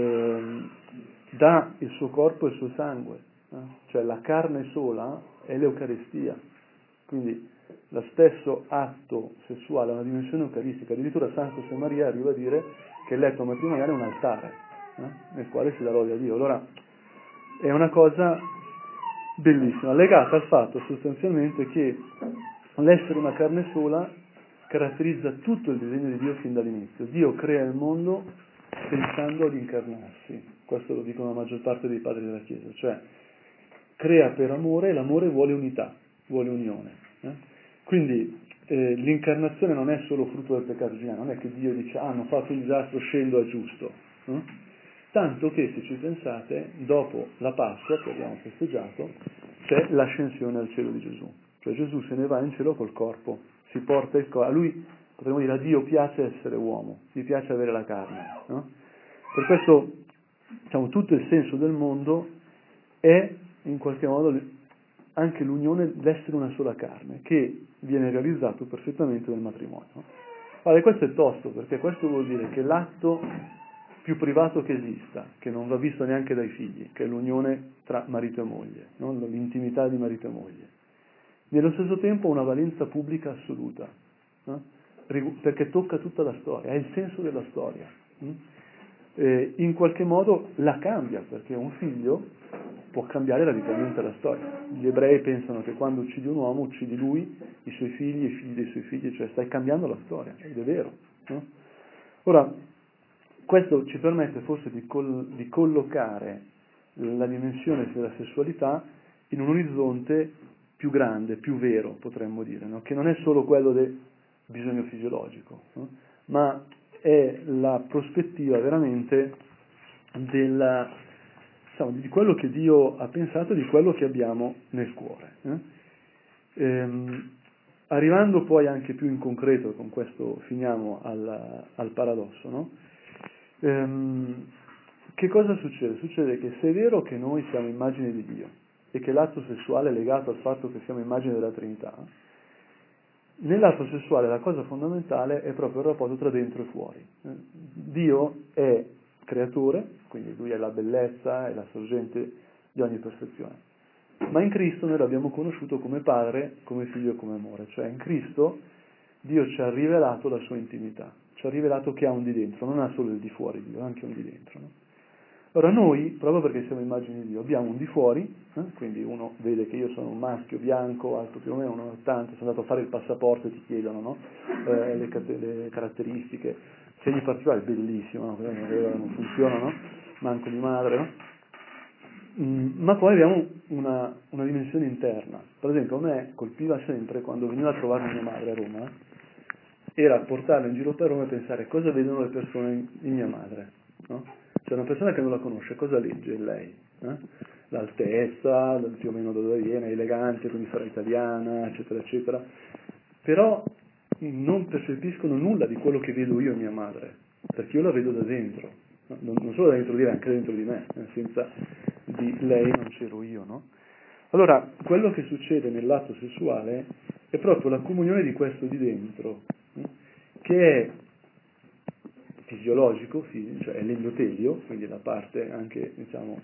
A: dà il suo corpo e il suo sangue, cioè la carne sola è l'Eucaristia, quindi lo stesso atto sessuale ha una dimensione eucaristica. Addirittura San José Maria arriva a dire che il letto matrimoniale è un altare nel quale si dà lode a Dio. Allora è una cosa bellissima, legata al fatto sostanzialmente che l'essere una carne sola caratterizza tutto il disegno di Dio fin dall'inizio. Dio crea il mondo pensando ad incarnarsi, questo lo dicono la maggior parte dei padri della Chiesa, cioè crea per amore e l'amore vuole unità, vuole unione. Quindi l'incarnazione non è solo frutto del peccato originale, non è che Dio dice: hanno fatto un disastro, scendo a giusto. Tanto che, se ci pensate, dopo la Pasqua che abbiamo festeggiato, c'è l'ascensione al cielo di Gesù. Cioè Gesù se ne va in cielo col corpo, si porta il corpo. A lui, potremmo dire, a Dio piace essere uomo, gli piace avere la carne. No? Per questo, diciamo, tutto il senso del mondo è, in qualche modo, anche l'unione, l'essere una sola carne, che viene realizzato perfettamente nel matrimonio. Allora, questo è tosto, perché questo vuol dire che l'atto più privato che esista, che non va visto neanche dai figli, che è l'unione tra marito e moglie, no? L'intimità di marito e moglie. Nello stesso tempo ha una valenza pubblica assoluta, no? Perché tocca tutta la storia, è il senso della storia. In qualche modo la cambia, perché un figlio può cambiare radicalmente la storia. Gli ebrei pensano che quando uccidi un uomo uccidi lui, i suoi figli, i figli dei suoi figli, cioè stai cambiando la storia, ed è vero. No? Ora, questo ci permette forse di collocare la dimensione della sessualità in un orizzonte più grande, più vero, potremmo dire, no? Che non è solo quello del bisogno fisiologico, no? Ma è la prospettiva veramente di quello che Dio ha pensato, di quello che abbiamo nel cuore. Arrivando poi anche più in concreto, con questo finiamo al paradosso, no? Che cosa succede? Succede che se è vero che noi siamo immagine di Dio e che l'atto sessuale è legato al fatto che siamo immagine della Trinità, nell'atto sessuale la cosa fondamentale è proprio il rapporto tra dentro e fuori. Dio è creatore, quindi Lui è la bellezza, è la sorgente di ogni perfezione. Ma in Cristo noi l'abbiamo conosciuto come Padre, come Figlio e come Amore. Cioè in Cristo Dio ci ha rivelato la sua intimità, ci ha rivelato che ha un di dentro, non ha solo il di fuori Dio, ha anche un di dentro. No? Ora noi, proprio perché siamo immagini di Dio, abbiamo un di fuori, quindi uno vede che io sono un maschio bianco, alto più o meno 1,80, sono andato a fare il passaporto e ti chiedono, no? Le caratteristiche, segni particolari, bellissimo, no? Non funzionano, manco di madre, no? Ma poi abbiamo una dimensione interna. Per esempio a me colpiva sempre quando veniva a trovare mia madre a Roma, era portarla in giro per Roma e pensare cosa vedono le persone in mia madre, no? Cioè una persona che non la conosce, cosa legge in lei? L'altezza, più o meno da dove viene, elegante, quindi sarà italiana, eccetera, eccetera. Però non percepiscono nulla di quello che vedo io in mia madre, perché io la vedo da dentro, no? Non solo da dentro di lei, anche dentro di me, senza di lei non c'ero io, no? Allora, quello che succede nell'atto sessuale è proprio la comunione di questo di dentro, che è fisiologico, cioè è l'endotelio, quindi la parte anche, diciamo,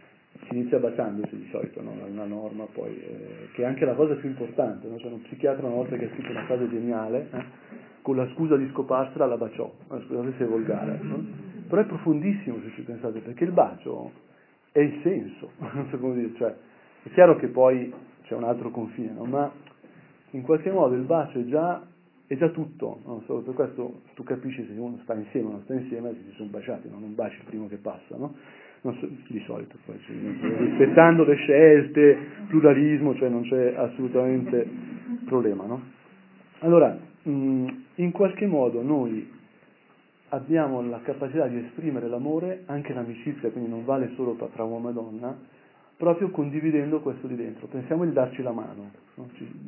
A: si inizia baciandosi di solito, no? Una norma poi, che è anche la cosa più importante, no? C'è uno psichiatra una volta che ha scritto una frase geniale, con la scusa di scoparsela la baciò, scusate se è volgare, no? Però è profondissimo se ci pensate, perché il bacio è il senso, non so come dire, cioè, è chiaro che poi c'è un altro confine, no? Ma in qualche modo il bacio è già tutto, no? Solo per questo tu capisci se uno sta insieme o non sta insieme, se si sono baciati, no? Non baci il primo che passa, no? Non so, di solito, poi, rispettando le scelte, pluralismo, cioè non c'è assolutamente problema, no? Allora, in qualche modo noi abbiamo la capacità di esprimere l'amore, anche l'amicizia, quindi non vale solo tra uomo e donna, proprio condividendo questo di dentro. Pensiamo di darci la mano, no?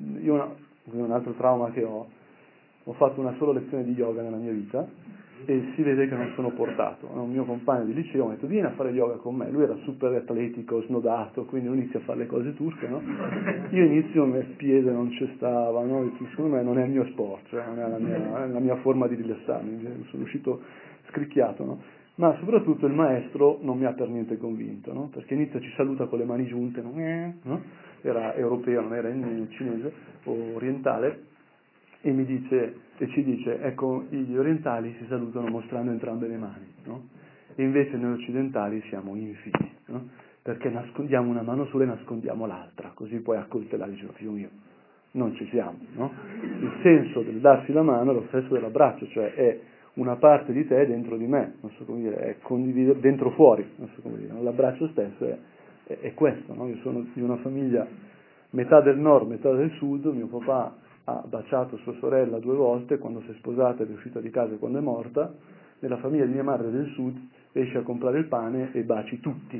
A: Io un altro trauma che ho fatto una sola lezione di yoga nella mia vita e si vede che non sono portato. Un mio compagno di liceo mi ha detto vieni a fare yoga con me, lui era super atletico, snodato, quindi lui inizia a fare le cose turche, no? Io inizio, il piede non ci stava, no? Secondo me non è il mio sport, cioè non è la mia forma di rilassarmi, sono uscito scricchiato, no? Ma soprattutto il maestro non mi ha per niente convinto, no? Perché inizia, ci saluta con le mani giunte, no? Era europeo, non era in cinese o orientale, e mi dice, e ci dice, ecco, gli orientali si salutano mostrando entrambe le mani, no? E invece noi occidentali siamo infidi, no? Perché nascondiamo una mano sola e nascondiamo l'altra, così poi accoltellare dice, figlio mio, non ci siamo, no? Il senso del darsi la mano è lo stesso dell'abbraccio, cioè è una parte di te dentro di me, non so come dire, è condividere dentro fuori, non so come dire, no? L'abbraccio stesso è questo, no? Io sono di una famiglia metà del nord, metà del sud, mio papà ha baciato sua sorella 2 volte, quando si è sposata ed è uscita di casa e quando è morta. Nella famiglia di mia madre del sud esce a comprare il pane e baci tutti,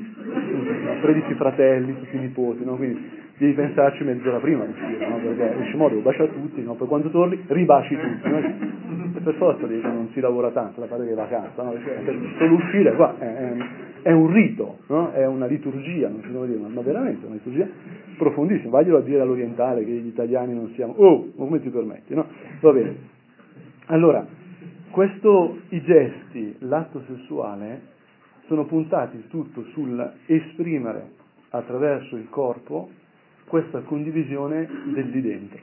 A: 13 fratelli, tutti i nipoti, no? Quindi devi pensarci mezz'ora prima di uscire, no? Perché esci modo bacia tutti, no? Poi quando torni ribaci tutti, no? E per forza dico, non si lavora tanto, la parte che è vacanza, no? Per solo uscire qua è un rito, no? È una liturgia, non si può dire, ma veramente è una liturgia profondissima. Vaglielo a dire all'orientale che gli italiani non siamo, oh, come ti permetti, no? Va bene. Allora, I gesti, l'atto sessuale, sono puntati tutto sull'esprimere attraverso il corpo questa condivisione del di dentro.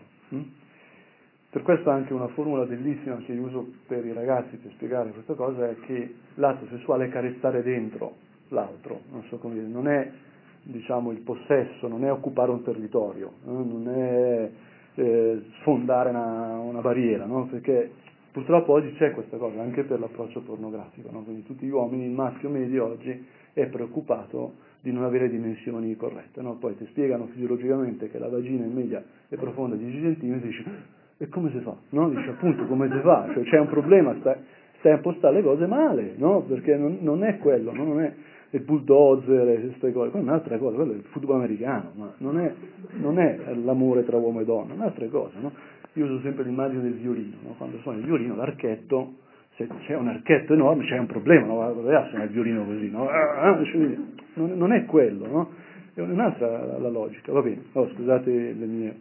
A: Per questo anche una formula bellissima che uso per i ragazzi per spiegare questa cosa è che l'atto sessuale è carezzare dentro l'altro, non so come dire, non è diciamo il possesso, non è occupare un territorio, non è sfondare una barriera, no? Perché purtroppo oggi c'è questa cosa anche per l'approccio pornografico, no? Quindi tutti gli uomini, il maschio medio oggi è preoccupato di non avere dimensioni corrette, no? Poi ti spiegano fisiologicamente che la vagina in media è profonda 10 cm e dici e come si fa? No? Dici appunto come si fa? Cioè c'è un problema, stai a impostare le cose male, no? Perché non è quello, no? Non è il bulldozer e queste cose, quella è un'altra cosa, quello è il football americano, ma non è l'amore tra uomo e donna, è un'altra cosa, no? Io uso sempre l'immagine del violino, no? Quando suoni il violino, l'archetto, se c'è un archetto enorme c'è un problema, no? Guarda, suona il violino così, no? Non è quello, no? È un'altra la logica, va bene, scusate le mie...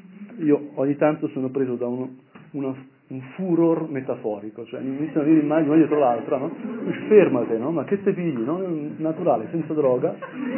A: Io ogni tanto sono preso da un furor metaforico, cioè mi iniziano a dire immagini una dietro l'altra, no? Dici, fermate, no? Ma che te pigli, no? Naturale, senza droga,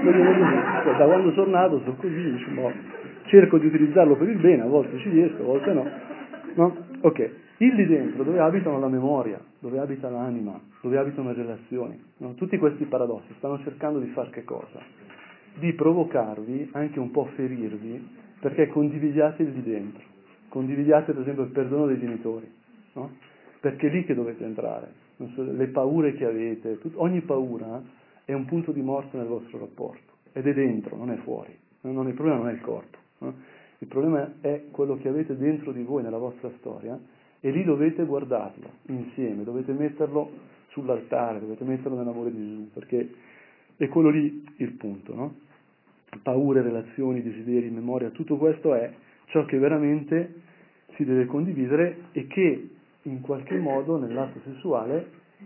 A: cioè, da quando sono nato sono così, diciamo, cerco di utilizzarlo per il bene, a volte ci riesco, a volte no? Ok, il lì dentro dove abitano la memoria, dove abita l'anima, dove abitano le relazioni, no? Tutti questi paradossi stanno cercando di far che cosa? Di provocarvi, anche un po' ferirvi, perché condividiate il di dentro, condividiate per esempio il perdono dei genitori, no? Perché è lì che dovete entrare, non so, le paure che avete, ogni paura è un punto di morte nel vostro rapporto, ed è dentro, non è fuori, il problema non è il corpo, no? Il problema è quello che avete dentro di voi, nella vostra storia, e lì dovete guardarlo insieme, dovete metterlo sull'altare, dovete metterlo nell'amore di Gesù, perché è quello lì il punto, no? Paure, relazioni, desideri, memoria, tutto questo è ciò che veramente si deve condividere e che in qualche modo nell'atto sessuale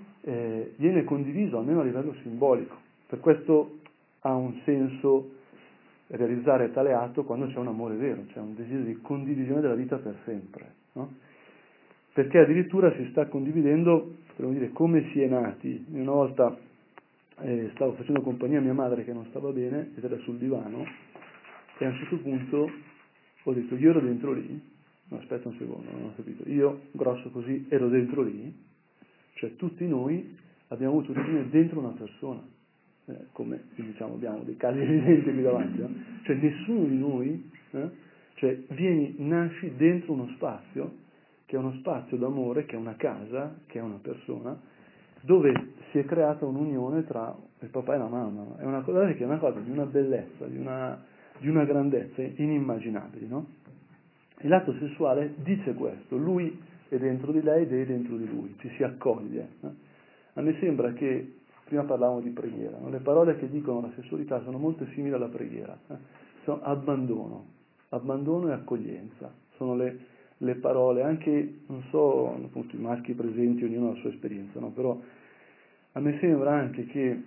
A: viene condiviso, almeno a livello simbolico. Per questo ha un senso realizzare tale atto quando c'è un amore vero, c'è un desiderio di condivisione della vita per sempre, no? Perché addirittura si sta condividendo, potremmo dire, come si è nati. Una volta stavo facendo compagnia a mia madre che non stava bene ed era sul divano e a un certo punto ho detto io ero dentro lì, no, aspetta un secondo, non ho capito, io grosso così ero dentro lì, cioè tutti noi abbiamo avuto origine dentro una persona, come diciamo abbiamo dei casi evidenti qui davanti, no? Cioè nessuno di noi, cioè nasci dentro uno spazio che è uno spazio d'amore, che è una casa, che è una persona, dove si è creata un'unione tra il papà e la mamma. È una cosa che è una cosa di una bellezza, di una grandezza inimmaginabili, no? E l'atto sessuale dice questo, lui è dentro di lei ed è dentro di lui, ci si accoglie. A me sembra che, prima parlavamo di preghiera, no? Le parole che dicono la sessualità sono molto simili alla preghiera, sono abbandono e accoglienza, sono le parole, anche, non so, appunto i maschi presenti, ognuno ha la sua esperienza, no? Però a me sembra anche che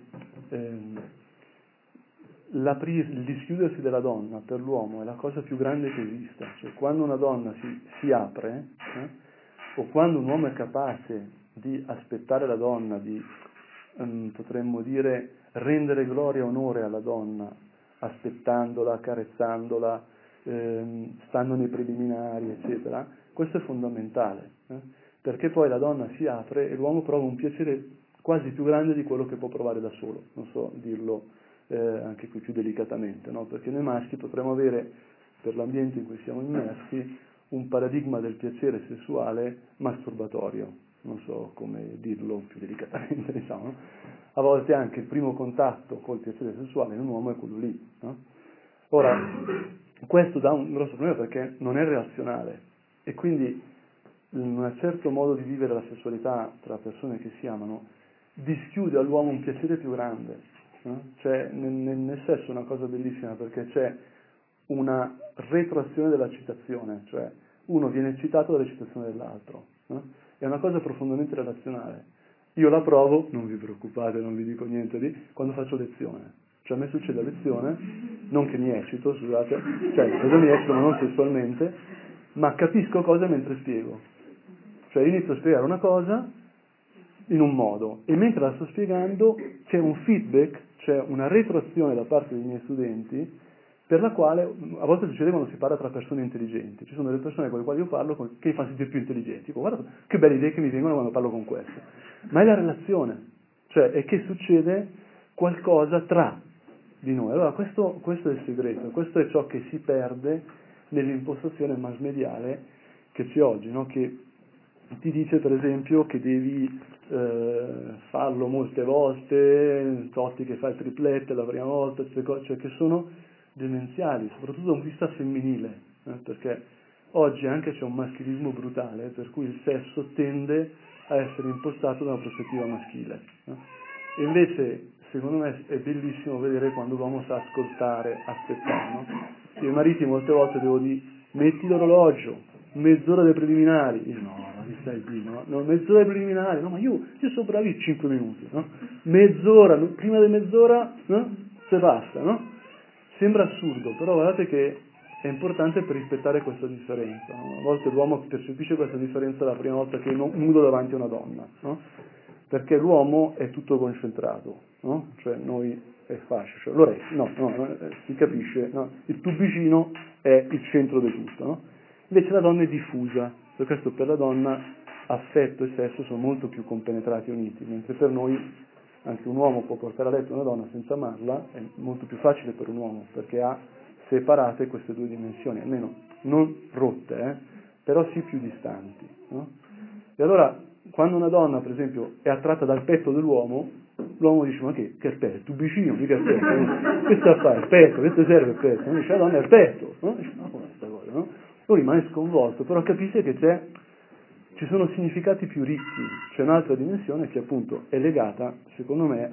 A: il dischiudersi della donna per l'uomo è la cosa più grande che esista, cioè quando una donna si apre, o quando un uomo è capace di aspettare la donna, di, potremmo dire, rendere gloria e onore alla donna, aspettandola, accarezzandola, stando nei preliminari, eccetera, questo è fondamentale, perché poi la donna si apre e l'uomo prova un piacere quasi più grande di quello che può provare da solo, non so dirlo anche qui più delicatamente, no? Perché noi maschi potremmo avere, per l'ambiente in cui siamo immersi, un paradigma del piacere sessuale masturbatorio, non so come dirlo più delicatamente, diciamo, no? A volte anche il primo contatto col piacere sessuale in un uomo è quello lì, no? Ora, questo dà un grosso problema perché non è relazionale e quindi un certo modo di vivere la sessualità tra persone che si amano dischiude all'uomo un piacere più grande. Cioè, nel sesso è una cosa bellissima perché c'è una retroazione dell'eccitazione, cioè uno viene eccitato dall'eccitazione dell'altro. È una cosa profondamente relazionale. Io la provo, non vi preoccupate, non vi dico niente di, quando faccio lezione. Cioè a me succede a lezione, non che mi eccito, scusate, cioè cosa mi eccito ma non sessualmente, ma capisco cose mentre spiego. Cioè inizio a spiegare una cosa in un modo, e mentre la sto spiegando c'è un feedback, c'è una retroazione da parte dei miei studenti, per la quale a volte succede quando si parla tra persone intelligenti. Ci sono delle persone con le quali io parlo che mi fanno sentire più intelligenti. Dico, guarda che belle idee che mi vengono quando parlo con questo. Ma è la relazione, cioè è che succede qualcosa tra di noi. Allora questo è il segreto, questo è ciò che si perde nell'impostazione mass mediale che c'è oggi, no? Che ti dice per esempio che devi farlo molte volte, Totti che fa il triplette la prima volta, queste cose, cioè che sono demenziali, soprattutto da un punto di vista femminile, perché oggi anche c'è un maschilismo brutale, per cui il sesso tende a essere impostato da una prospettiva maschile. E invece, secondo me, è bellissimo vedere quando l'uomo sa ascoltare, aspettare. No? Io ai mariti molte volte devo dire, metti l'orologio, mezz'ora dei preliminari. Io no, ma che stai qui, no? Mezz'ora dei preliminari, no, ma io sono bravi 5 minuti, no? Mezz'ora, prima di mezz'ora, no? Se basta, no? Sembra assurdo, però guardate che è importante per rispettare questa differenza. No? A volte l'uomo percepisce questa differenza la prima volta che è nudo davanti a una donna, no? Perché l'uomo è tutto concentrato, no? Cioè noi è facile, cioè l'orecchio, si capisce, no? Il tubicino è il centro di tutto, no? Invece la donna è diffusa, per questo per la donna affetto e sesso sono molto più compenetrati e uniti, mentre per noi anche un uomo può portare a letto una donna senza amarla, è molto più facile per un uomo, perché ha separate queste due dimensioni, almeno non rotte, però sì più distanti. No? E allora, quando una donna, per esempio, è attratta dal petto dell'uomo, l'uomo dice, ma che petto? Tu vicino, mica il petto. Questo a fare, il petto, questo serve il petto. Dice, la donna è il petto. No? Dice, ma come questa cosa, no? Lui rimane sconvolto, però capisce che ci sono significati più ricchi, c'è un'altra dimensione che appunto è legata, secondo me,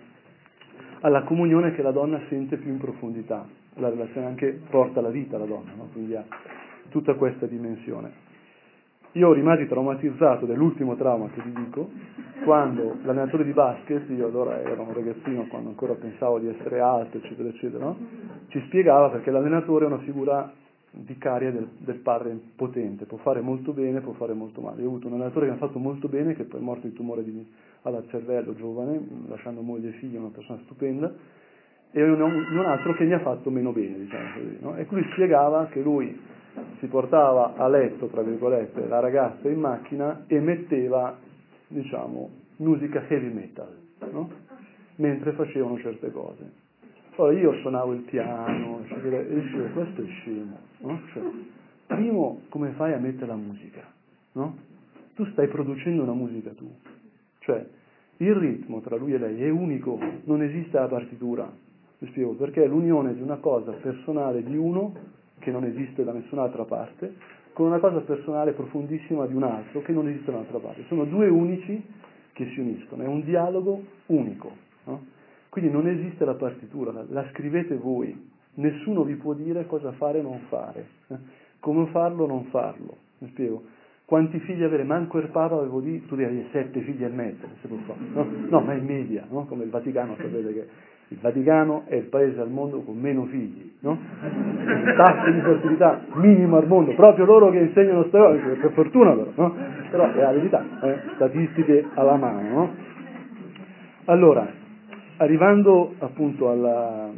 A: alla comunione che la donna sente più in profondità. La relazione anche porta la vita alla donna, no? Quindi ha tutta questa dimensione. Io rimasi traumatizzato dell'ultimo trauma che vi dico, quando l'allenatore di basket, io allora ero un ragazzino quando ancora pensavo di essere alto, eccetera, eccetera, no? Ci spiegava perché l'allenatore è una figura vicaria del padre potente, può fare molto bene, può fare molto male. Io ho avuto un allenatore che mi ha fatto molto bene, che poi è morto di tumore al cervello giovane, lasciando moglie e figli, una persona stupenda, e un altro che mi ha fatto meno bene, diciamo così, no? E lui spiegava che lui si portava a letto, tra virgolette, la ragazza in macchina e metteva, diciamo, musica heavy metal, no? Mentre facevano certe cose. Allora io suonavo il piano, e dicevo, questo è scemo, no? Cioè, primo, come fai a mettere la musica, no? Tu stai producendo una musica tu, cioè il ritmo tra lui e lei è unico, non esiste la partitura, vi spiego, perché è l'unione di una cosa personale di uno, che non esiste da nessun'altra parte, con una cosa personale profondissima di un altro, che non esiste da un'altra parte. Sono due unici che si uniscono, è un dialogo unico, no? Quindi non esiste la partitura, la scrivete voi, nessuno vi può dire cosa fare o non fare, come farlo o non farlo, mi spiego. Quanti figli avere? Manco il Papa avevo detto, tu devi avere 7 figli e mezzo, se può fare, no? No, ma in media, no? Come il Vaticano, sapete che il Vaticano è il paese al mondo con meno figli, no? Il tasso di fertilità minimo al mondo, proprio loro che insegnano queste cose, per fortuna però, no? Però è la verità, statistiche alla mano, no? Allora, arrivando appunto al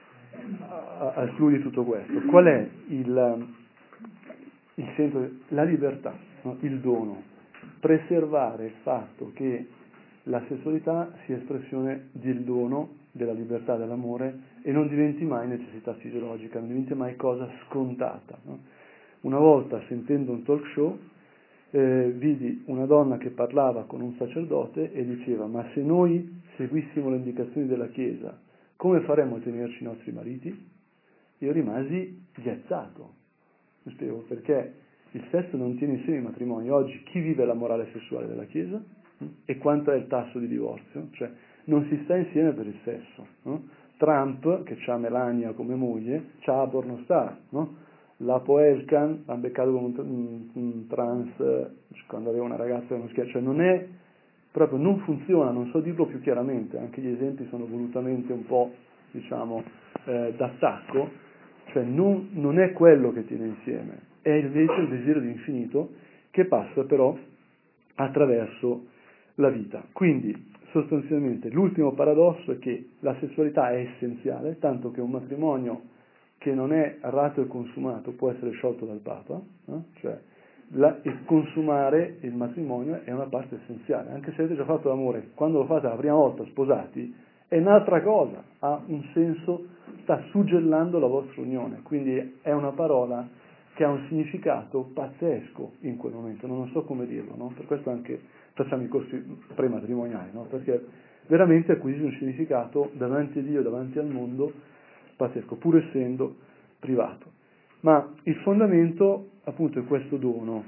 A: clou di tutto questo, qual è il centro? La libertà, no? Il dono, preservare il fatto che la sessualità sia espressione del dono, della libertà, dell'amore e non diventi mai necessità fisiologica, non diventi mai cosa scontata. No? Una volta sentendo un talk show vidi una donna che parlava con un sacerdote e diceva, ma se noi seguissimo le indicazioni della Chiesa, come faremmo a tenerci i nostri mariti? Io rimasi ghiacciato, mi spiego, perché il sesso non tiene insieme i matrimoni. Oggi chi vive la morale sessuale della Chiesa? E quanto è il tasso di divorzio? Cioè non si sta insieme per il sesso. No? Trump, che ha Melania come moglie, c'ha la pornostar, no? La Poelcan ha beccato con un trans quando aveva una ragazza uno scherzo, cioè non è proprio, non funziona, non so dirlo più chiaramente, anche gli esempi sono volutamente un po', diciamo, d'attacco, cioè non è quello che tiene insieme, è invece il desiderio di infinito che passa però attraverso la vita. Quindi, sostanzialmente, l'ultimo paradosso è che la sessualità è essenziale, tanto che un matrimonio che non è rato e consumato può essere sciolto dal Papa, cioè il consumare il matrimonio è una parte essenziale, anche se avete già fatto l'amore, quando lo fate la prima volta sposati, è un'altra cosa, ha un senso, sta suggellando la vostra unione, quindi è una parola che ha un significato pazzesco in quel momento, non so come dirlo, no? Per questo anche facciamo i corsi prematrimoniali, no? Perché veramente acquisisce un significato davanti a Dio, davanti al mondo, pazzesco, pur essendo privato. Ma il fondamento appunto è questo dono,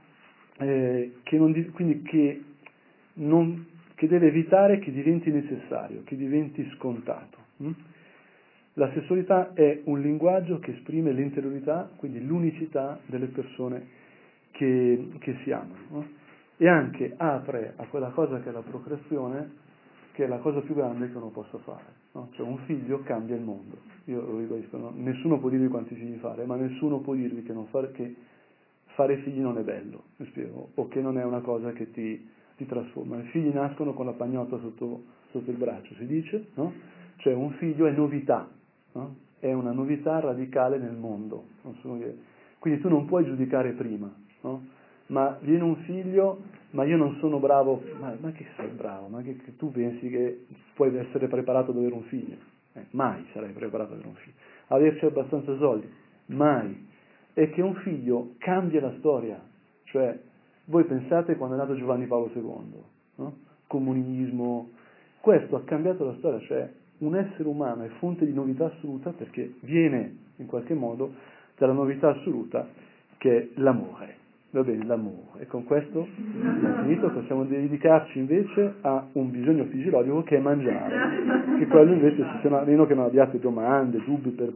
A: che deve evitare che diventi necessario, che diventi scontato. La sessualità è un linguaggio che esprime l'interiorità, quindi l'unicità delle persone che si amano, no? E anche apre a quella cosa che è la procreazione, che è la cosa più grande che uno possa fare, no? Cioè un figlio cambia il mondo. Io lo ribadisco, no? Nessuno può dirvi quanti figli fare, ma nessuno può dirvi che fare figli non è bello, mi spiego, o che non è una cosa che ti trasforma. I figli nascono con la pagnotta sotto il braccio, si dice, no? Cioè un figlio è novità, no? È una novità radicale nel mondo. Quindi tu non puoi giudicare prima, no? Ma viene un figlio, ma io non sono bravo, ma che sei bravo? Ma che tu pensi che puoi essere preparato ad avere un figlio? Mai sarai preparato ad avere un figlio. Averci abbastanza soldi? Mai. È che un figlio cambia la storia. Cioè, voi pensate quando è nato Giovanni Paolo II, no? Comunismo, questo ha cambiato la storia, cioè un essere umano è fonte di novità assoluta perché viene in qualche modo dalla novità assoluta che è l'amore. Va bene, l'amore. E con questo è finito, possiamo dedicarci invece a un bisogno fisiologico che è mangiare, che quello invece, a meno che non abbiate domande, dubbi per